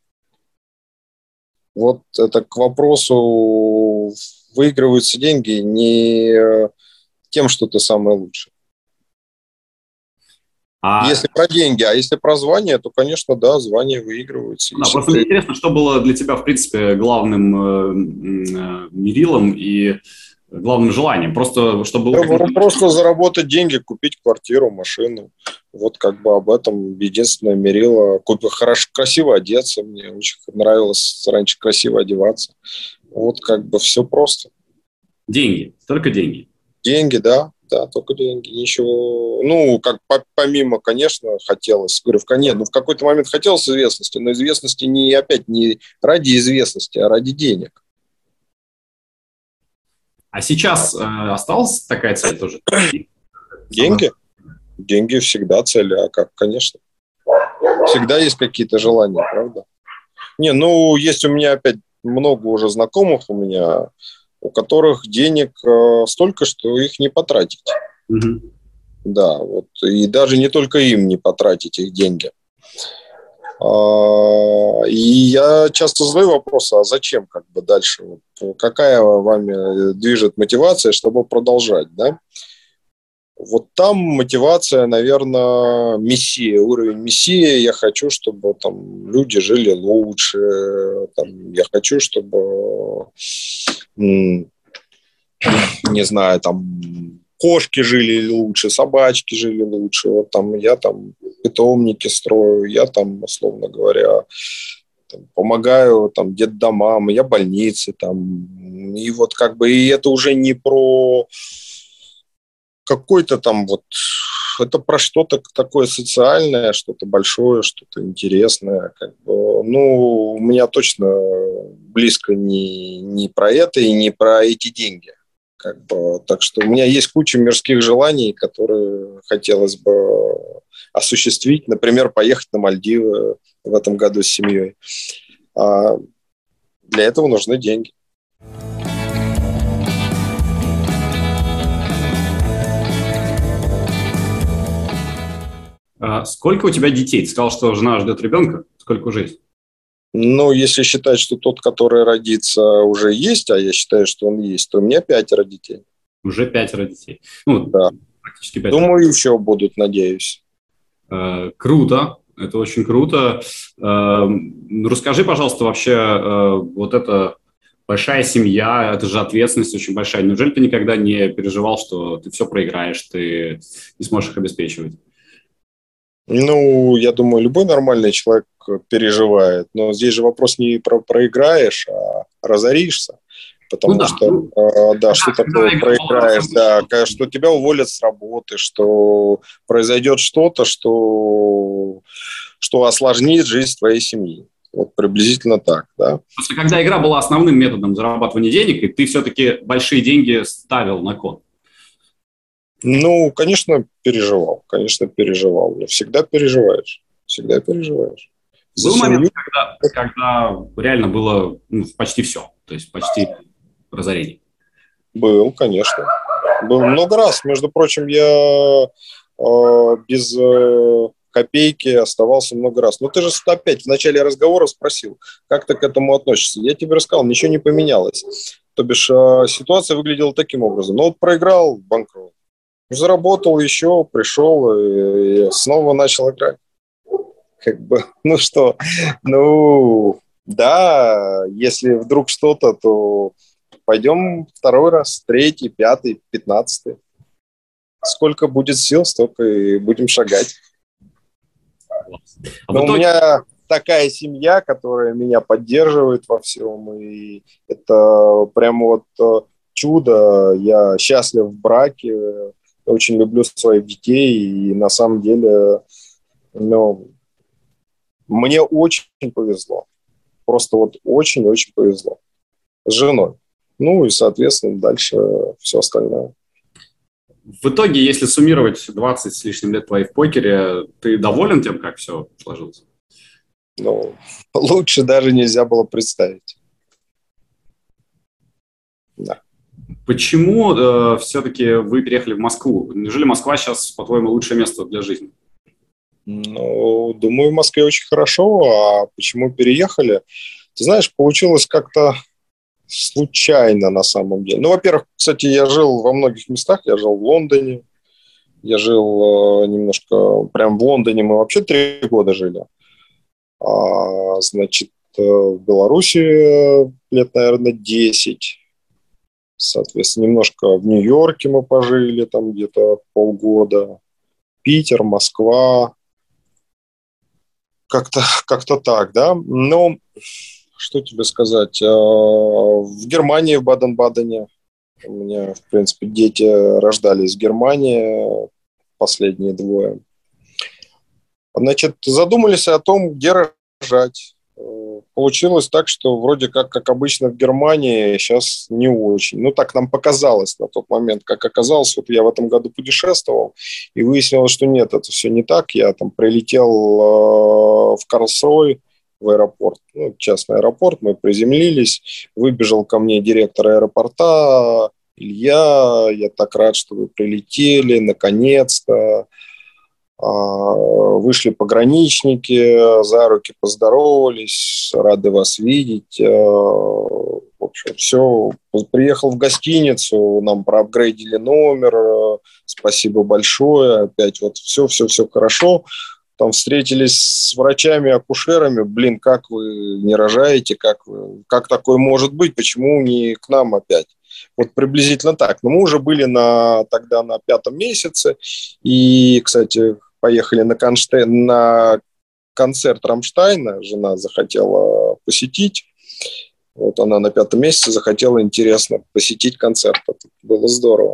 Вот это к вопросу, выигрываются деньги не тем, что ты самый лучший. Если про деньги, а если про звание, то, конечно, да, звание выигрывается. Да, просто мне интересно, что было для тебя, в принципе, главным мерилом и главным желанием? Просто, чтобы... Просто заработать деньги, купить квартиру, машину. Вот как бы об этом единственное мерило. Красиво одеться. Мне очень нравилось раньше красиво одеваться. Вот как бы все просто. Деньги, только деньги. Деньги, да. Да, только деньги, ничего. Ну, как помимо, конечно, хотелось. Говорю, в какой-то момент хотелось известности, но известности не ради известности, а ради денег. А сейчас осталась такая цель тоже? Деньги? Деньги всегда цель, а как, конечно. Всегда есть какие-то желания, правда? Есть у меня опять много уже знакомых у меня, у которых денег столько, что их не потратить. Угу. Да, вот. И даже не только им не потратить их деньги. И я часто задаю вопрос, а зачем как бы дальше? Вот, какая вами движет мотивация, чтобы продолжать, да? Вот там мотивация, наверное, мессия, уровень мессии. Я хочу, чтобы там люди жили лучше. Там, я хочу, чтобы, не знаю, там кошки жили лучше, собачки жили лучше. Вот там я там питомники строю, я там, условно говоря, там, помогаю там детдомам, я больницы там. И вот как бы и это уже не про какой-то там вот, это про что-то такое социальное, что-то большое, что-то интересное. Как бы, ну, у меня точно близко не про это и не про эти деньги. Как бы, так что у меня есть куча мирских желаний, которые хотелось бы осуществить. Например, поехать на Мальдивы в этом году с семьей. А для этого нужны деньги. Сколько у тебя детей? Ты сказал, что жена ждет ребенка. Сколько уже есть? Ну, если считать, что тот, который родится, уже есть, а я считаю, что он есть, то у меня 5 детей. Уже 5 детей. Ну, да. Практически 5. Думаю, еще будут, надеюсь. Круто. Это очень круто. Расскажи, пожалуйста, вообще, вот эта большая семья, это же ответственность очень большая. Неужели ты никогда не переживал, что ты все проиграешь, ты не сможешь их обеспечивать? Ну, я думаю, любой нормальный человек переживает. Но здесь же вопрос не про проиграешь, а разоришься. Потому что, да, что такое проиграешь? Да, что тебя уволят с работы, что произойдет что-то, что осложнит жизнь твоей семьи. Вот приблизительно так, да. Просто когда игра была основным методом зарабатывания денег, и ты все-таки большие деньги ставил на кон. Ну, конечно, переживал. Но всегда переживаешь. Был момент, когда реально было почти все, то есть почти разорение? Был, конечно. Был много раз. Между прочим, я без копейки оставался много раз. Но ты же опять в начале разговора спросил, как ты к этому относишься. Я тебе рассказал, ничего не поменялось. То бишь ситуация выглядела таким образом. Ну вот проиграл, банкрот. Заработал еще, пришел и снова начал играть. Как бы, ну что, ну да, если вдруг что-то, то пойдем второй раз, третий, пятый, 15. Сколько будет сил, столько и будем шагать. Но у меня такая семья, которая меня поддерживает во всем, и это прямо вот чудо. Я счастлив в браке, очень люблю своих детей, и на самом деле, ну, мне очень повезло. Просто вот очень-очень повезло. С женой. Ну и, соответственно, дальше все остальное. В итоге, если суммировать 20 с лишним лет твоих в покере, ты доволен тем, как все сложилось? Ну, лучше даже нельзя было представить. Да. Почему все-таки вы переехали в Москву? Неужели Москва сейчас, по-твоему, лучшее место для жизни? Ну, думаю, в Москве очень хорошо. А почему переехали? Ты знаешь, получилось как-то случайно на самом деле. Ну, во-первых, кстати, я жил во многих местах. Я жил в Лондоне. Я жил немножко... Прям в Лондоне мы вообще 3 года жили. Значит, в Беларуси лет, наверное, 10. Соответственно, немножко в Нью-Йорке мы пожили, там где-то полгода. Питер, Москва. Как-то так, да. Но что тебе сказать? В Германии, в Баден-Бадене. У меня, в принципе, дети рождались в Германии, последние 2. Значит, задумались о том, где рожать. Получилось так, что вроде как обычно в Германии, сейчас не очень. Ну, так нам показалось на тот момент. Как оказалось, вот я в этом году путешествовал, и выяснилось, что нет, это все не так. Я там прилетел в Карлсруэ, в аэропорт, ну, частный аэропорт, мы приземлились, выбежал ко мне директор аэропорта: Илья, я так рад, что вы прилетели, наконец-то. Вышли пограничники, за руки поздоровались, рады вас видеть. В общем, все. Приехал в гостиницу, нам проапгрейдили номер, спасибо большое. Опять вот все хорошо. Там встретились с врачами, акушерами. Блин, как вы не рожаете, как такое может быть, почему не к нам опять? Вот приблизительно так. Но мы уже были тогда на 5-м месяце. И, кстати, поехали на концерт Рамштайна. Жена захотела посетить. Вот она на 5-м месяце захотела, интересно, посетить концерт. Это было здорово.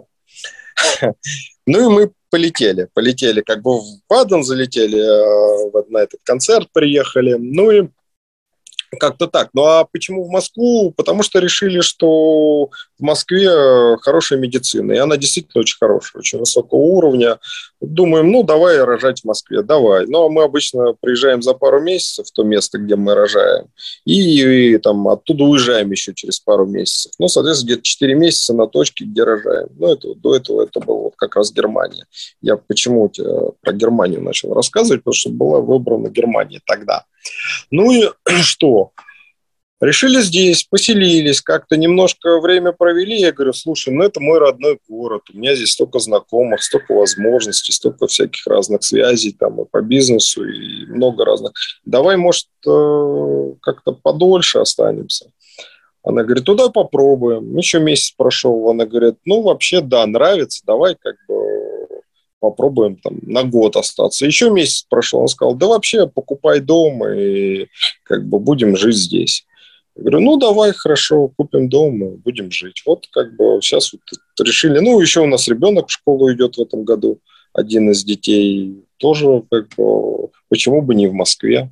Ну и мы полетели, как бы в Баден залетели, на этот концерт приехали. Ну и как-то так. Ну а почему в Москву? Потому что решили, что в Москве хорошая медицина. И она действительно очень хорошая, очень высокого уровня. Думаем, ну давай рожать в Москве, давай. Но мы обычно приезжаем за пару месяцев в то место, где мы рожаем. И там оттуда уезжаем еще через пару месяцев. Ну, соответственно, где-то 4 месяца на точке, где рожаем. Ну, до этого это было вот как раз Германия. Я почему про Германию начал рассказывать? Потому что была выбрана Германия тогда. Ну и что? Решили здесь, поселились, как-то немножко время провели. Я говорю, слушай, ну это мой родной город, у меня здесь столько знакомых, столько возможностей, столько всяких разных связей там и по бизнесу, и много разных. Давай, может, как-то подольше останемся. Она говорит, туда попробуем. Еще месяц прошел. Она говорит, ну вообще да, нравится, давай как бы попробуем там на год остаться. Еще месяц прошел, он сказал, да вообще покупай дом и как бы будем жить здесь. Я говорю, ну давай, хорошо, купим дом и будем жить. Вот как бы сейчас вот решили. Ну еще у нас ребенок в школу идет в этом году, один из детей. Тоже как бы, почему бы не в Москве?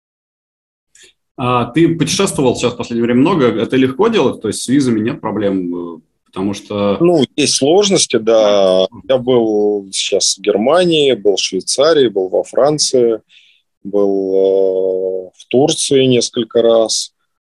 Ты путешествовал сейчас в последнее время много, это легко делать, то есть с визами нет проблем? Потому что... Ну, есть сложности, да. Я был сейчас в Германии, был в Швейцарии, был во Франции, был в Турции несколько раз,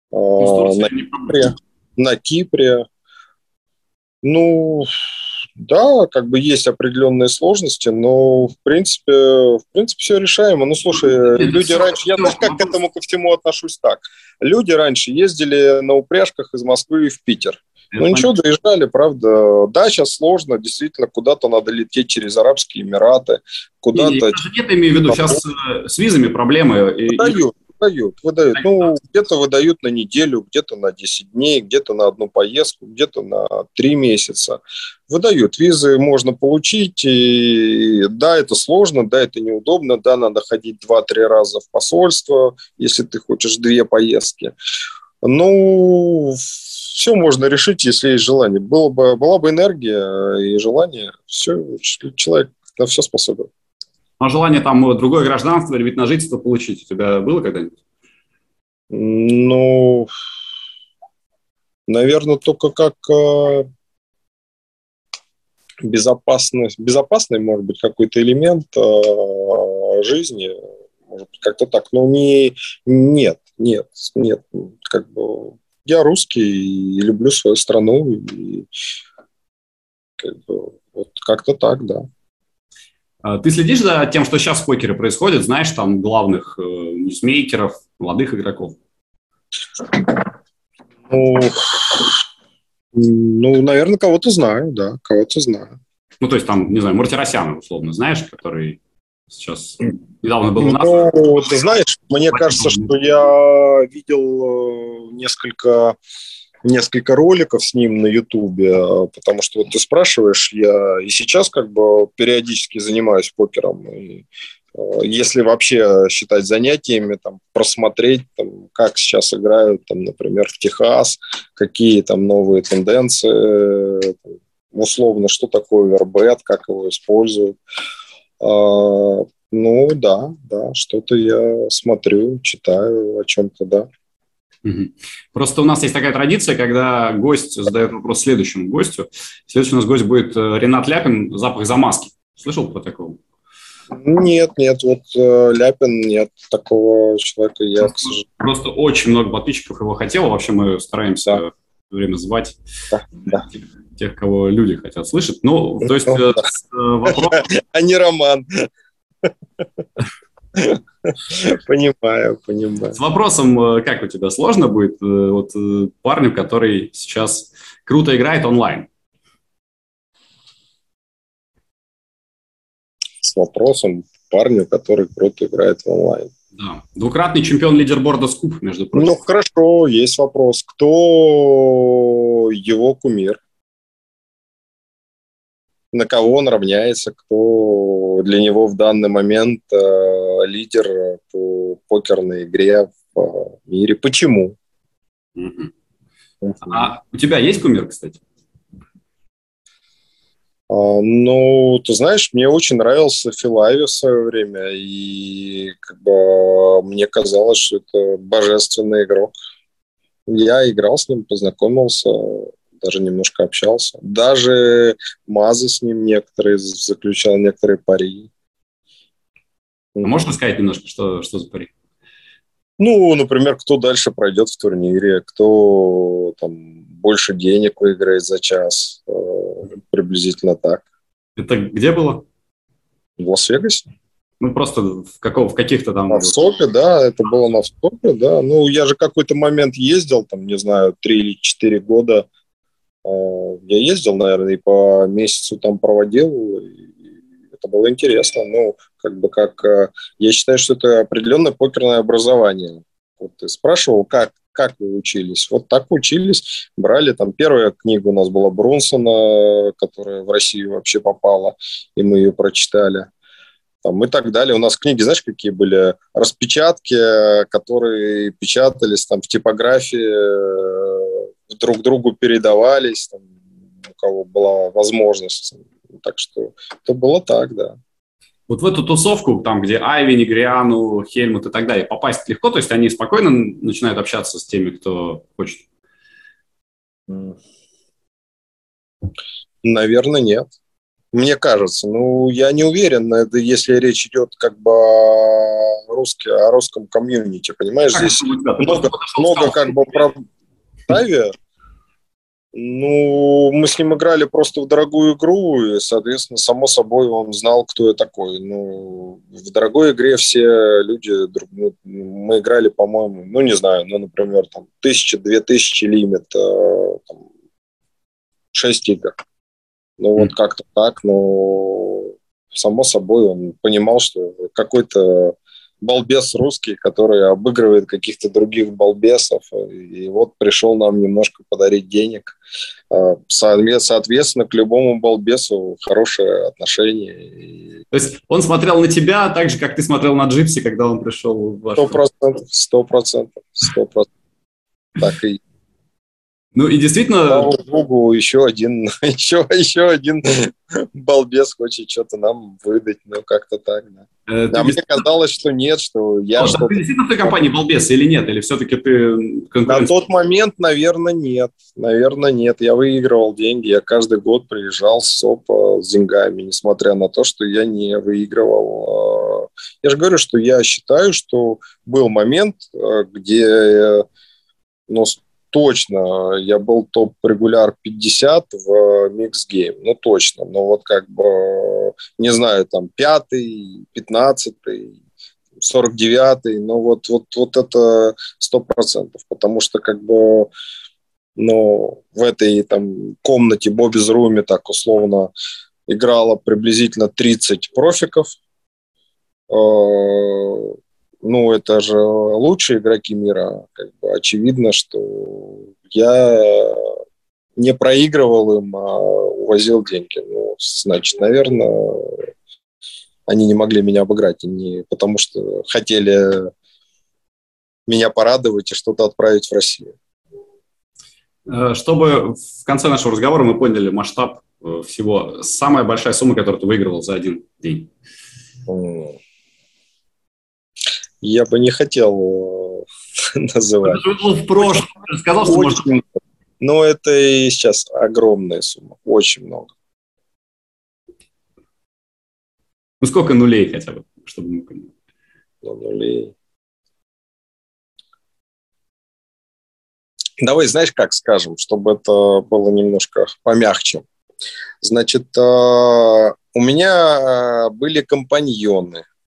на Кипре. Ну, да, как бы есть определенные сложности, но в принципе все решаемо. Ну, слушай, люди раньше... Я знаешь, как к этому ко всему отношусь так. Люди раньше ездили на упряжках из Москвы в Питер. Ну, ничего, доезжали, правда. Да, сейчас сложно, действительно, куда-то надо лететь через Арабские Эмираты, куда-то... Нет, я имею в виду, сейчас с визами проблемы. Выдают. Ну, где-то выдают на неделю, где-то на 10 дней, где-то на одну поездку, где-то на 3 месяца. Выдают. Визы можно получить, и да, это сложно, да, это неудобно, да, надо ходить 2-3 раза в посольство, если ты хочешь 2 поездки. Ну, все можно решить, если есть желание. Была бы энергия и желание, все, человек на все способен. А желание там другое гражданство или вид на жительство получить у тебя было когда-нибудь? Ну, наверное, только как безопасный, может быть, какой-то элемент жизни, может быть, как-то так. Но нет. Как бы я русский и люблю свою страну, и как бы вот как-то так, да. Ты следишь за тем, что сейчас в покере происходит? Знаешь там главных ньюсмейкеров, молодых игроков? Ну, наверное, кого-то знаю, да, кого-то знаю. Ну, то есть там, не знаю, Мартиросяна, условно, знаешь, который сейчас недавно был у нас. Ну, ты знаешь, мне кажется, что я видел несколько роликов с ним на Ютубе, потому что вот ты спрашиваешь, я и сейчас как бы периодически занимаюсь покером, и если вообще считать занятиями, там, просмотреть, там, как сейчас играют, там, например, в Техас, какие там новые тенденции, там, условно, что такое овербет, как его используют. Ну, да, что-то я смотрю, читаю о чем-то, да. Просто у нас есть такая традиция, когда гость задает вопрос следующему гостю. Следующий у нас гость будет Ренат Ляпин, «Запах замазки». Слышал про такого? Нет, вот Ляпин, нет, такого человека я, к сожалению. Просто очень много подписчиков его хотело. Вообще мы стараемся все время звать тех, кого люди хотят слышать. Ну, то есть вопрос... А не Роман. Понимаю. С вопросом, как у тебя сложно будет парню, который сейчас круто играет онлайн? С вопросом парню, который круто играет в онлайн. Да. Двукратный чемпион лидерборда Скуп, между прочим. Ну, хорошо, есть вопрос. Кто его кумир? На кого он равняется? Кто для него в данный момент лидер по покерной игре в мире? Почему? А у тебя есть кумир, кстати? Ну, ты знаешь, мне очень нравился Филави в свое время, и как бы мне казалось, что это божественный игрок. Я играл с ним, познакомился, даже немножко общался. Даже Мазы с ним некоторые заключал, некоторые пари. Можно сказать немножко, что за пари? Ну, например, кто дальше пройдет в турнире, кто там больше денег выиграет за час, приблизительно так. Это где было? В Лас-Вегасе. Ну, просто в каких-то там... На ВСОПе, да, это было на ВСОПе, да. Ну, я же какой-то момент ездил, там, не знаю, 3 или 4 года. Я ездил, наверное, и по месяцу там проводил, и это было интересно. Ну, я считаю, что это определенное покерное образование. Вот ты спрашивал, как вы учились? Вот так учились, брали там, первая книга у нас была Брунсона, которая в Россию вообще попала, и мы ее прочитали. Там, и так далее. У нас книги, знаешь, какие были? Распечатки, которые печатались там в типографии, друг другу передавались, там, у кого была возможность. Так что это было так, да. Вот в эту тусовку, там, где Айви, Негриану, Хельмут и так далее, попасть легко? То есть они спокойно начинают общаться с теми, кто хочет? Наверное, нет. Мне кажется. Ну, я не уверен, это если речь идет как бы о русском комьюнити, понимаешь? Здесь много как бы про Айви. Ну, мы с ним играли просто в дорогую игру, и, соответственно, само собой он знал, кто я такой. Ну, в дорогой игре все люди, мы играли, по-моему, ну, не знаю, ну, например, там, 1000-2000 лимит, там, 6 игр. Ну, вот как-то так, но само собой он понимал, что какой-то балбес русский, который обыгрывает каких-то других балбесов, и вот пришел нам немножко подарить денег. Соответственно, к любому балбесу хорошее отношение. То есть он смотрел на тебя так же, как ты смотрел на Джипси, когда он пришел в ваш... 100%. Так и... Ну и действительно... Слава богу, еще один балбес хочет что-то нам выдать, ну как-то так, да. Мне казалось, что нет, что я что-то... Ты действительно в той компании балбес или нет? Или все-таки ты конкурент? На тот момент, наверное, нет. Я выигрывал деньги, я каждый год приезжал с СОПа с деньгами, несмотря на то, что я не выигрывал. Я же говорю, что я считаю, что был момент, где... Ну, точно, я был топ-регуляр 50 в микс-гейм, ну точно, но вот как бы, не знаю, там 5-й, 15-й, 49-й, ну вот это 100%, потому что как бы, ну, в этой там комнате Бобби's Руме так условно играло приблизительно 30 профиков. Ну, это же лучшие игроки мира. Как бы очевидно, что я не проигрывал им, а увозил деньги. Ну, значит, наверное, они не могли меня обыграть. Не потому что хотели меня порадовать и что-то отправить в Россию. Чтобы в конце нашего разговора мы поняли масштаб всего. Самая большая сумма, которую ты выигрывал за один день? Я бы не хотел называть. В прошлом ты сказал, что может... Но это и сейчас огромная сумма, очень много. Ну, сколько нулей хотя бы, чтобы мы поняли? Ну, нулей. Давай, знаешь, как скажем, чтобы это было немножко помягче. Значит, у меня были компаньоны.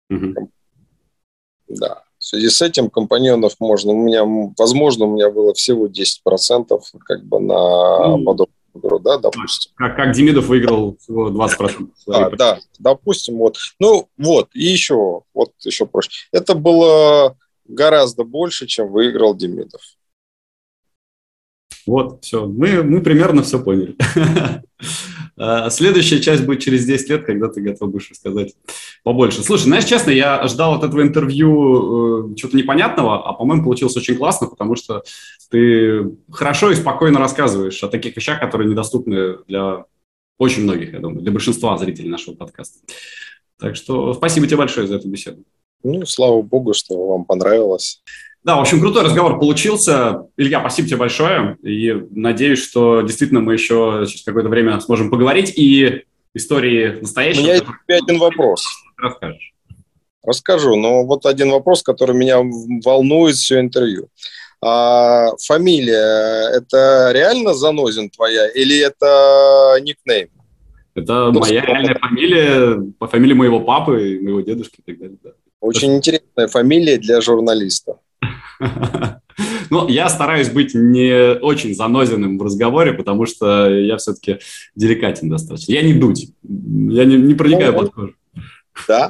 Угу. Да. В связи с этим компаньонов возможно, у меня было всего 10% как бы на подобную игру, да, допустим. Как Демидов выиграл всего 20%. Да, допустим, вот. Ну, вот, и еще проще. Это было гораздо больше, чем выиграл Демидов. Вот, все. Мы примерно все поняли. Следующая часть будет через 10 лет, когда ты готов будешь рассказать побольше. Слушай, знаешь, честно, я ждал от этого интервью чего-то непонятного, а, по-моему, получилось очень классно, потому что ты хорошо и спокойно рассказываешь о таких вещах, которые недоступны для очень многих, я думаю, для большинства зрителей нашего подкаста. Так что спасибо тебе большое за эту беседу. Ну, слава богу, что вам понравилось. Да, в общем, крутой разговор получился. Илья, спасибо тебе большое. И надеюсь, что действительно мы еще через какое-то время сможем поговорить. И истории настоящие. У меня есть один вопрос. Расскажешь. Расскажу, но вот один вопрос, который меня волнует все интервью. Фамилия – это реально Занозин твоя или это никнейм? Это моя реальная фамилия, по фамилии моего папы, моего дедушки и так далее. Да. Очень интересная фамилия для журналиста. Ну, я стараюсь быть не очень занозенным в разговоре, потому что я все-таки деликатен достаточно. Я не Дудь, я не проникаю под кожу. Да.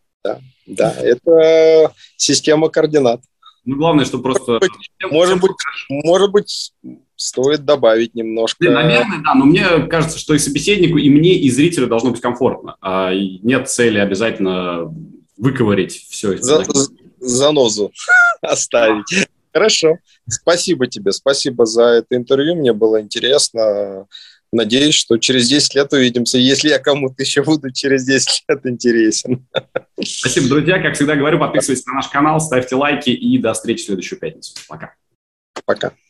Это система координат. Ну, главное, что просто... Может быть, стоит добавить немножко... Наверное, да, но мне кажется, что и собеседнику, и мне, и зрителю должно быть комфортно. И нет цели обязательно выковырить все. Занозу оставить. Хорошо. Спасибо тебе. Спасибо за это интервью. Мне было интересно. Надеюсь, что через 10 лет увидимся, если я кому-то еще буду через 10 лет интересен. Спасибо, друзья. Как всегда говорю, подписывайтесь на наш канал, ставьте лайки и до встречи в следующую пятницу. Пока. Пока.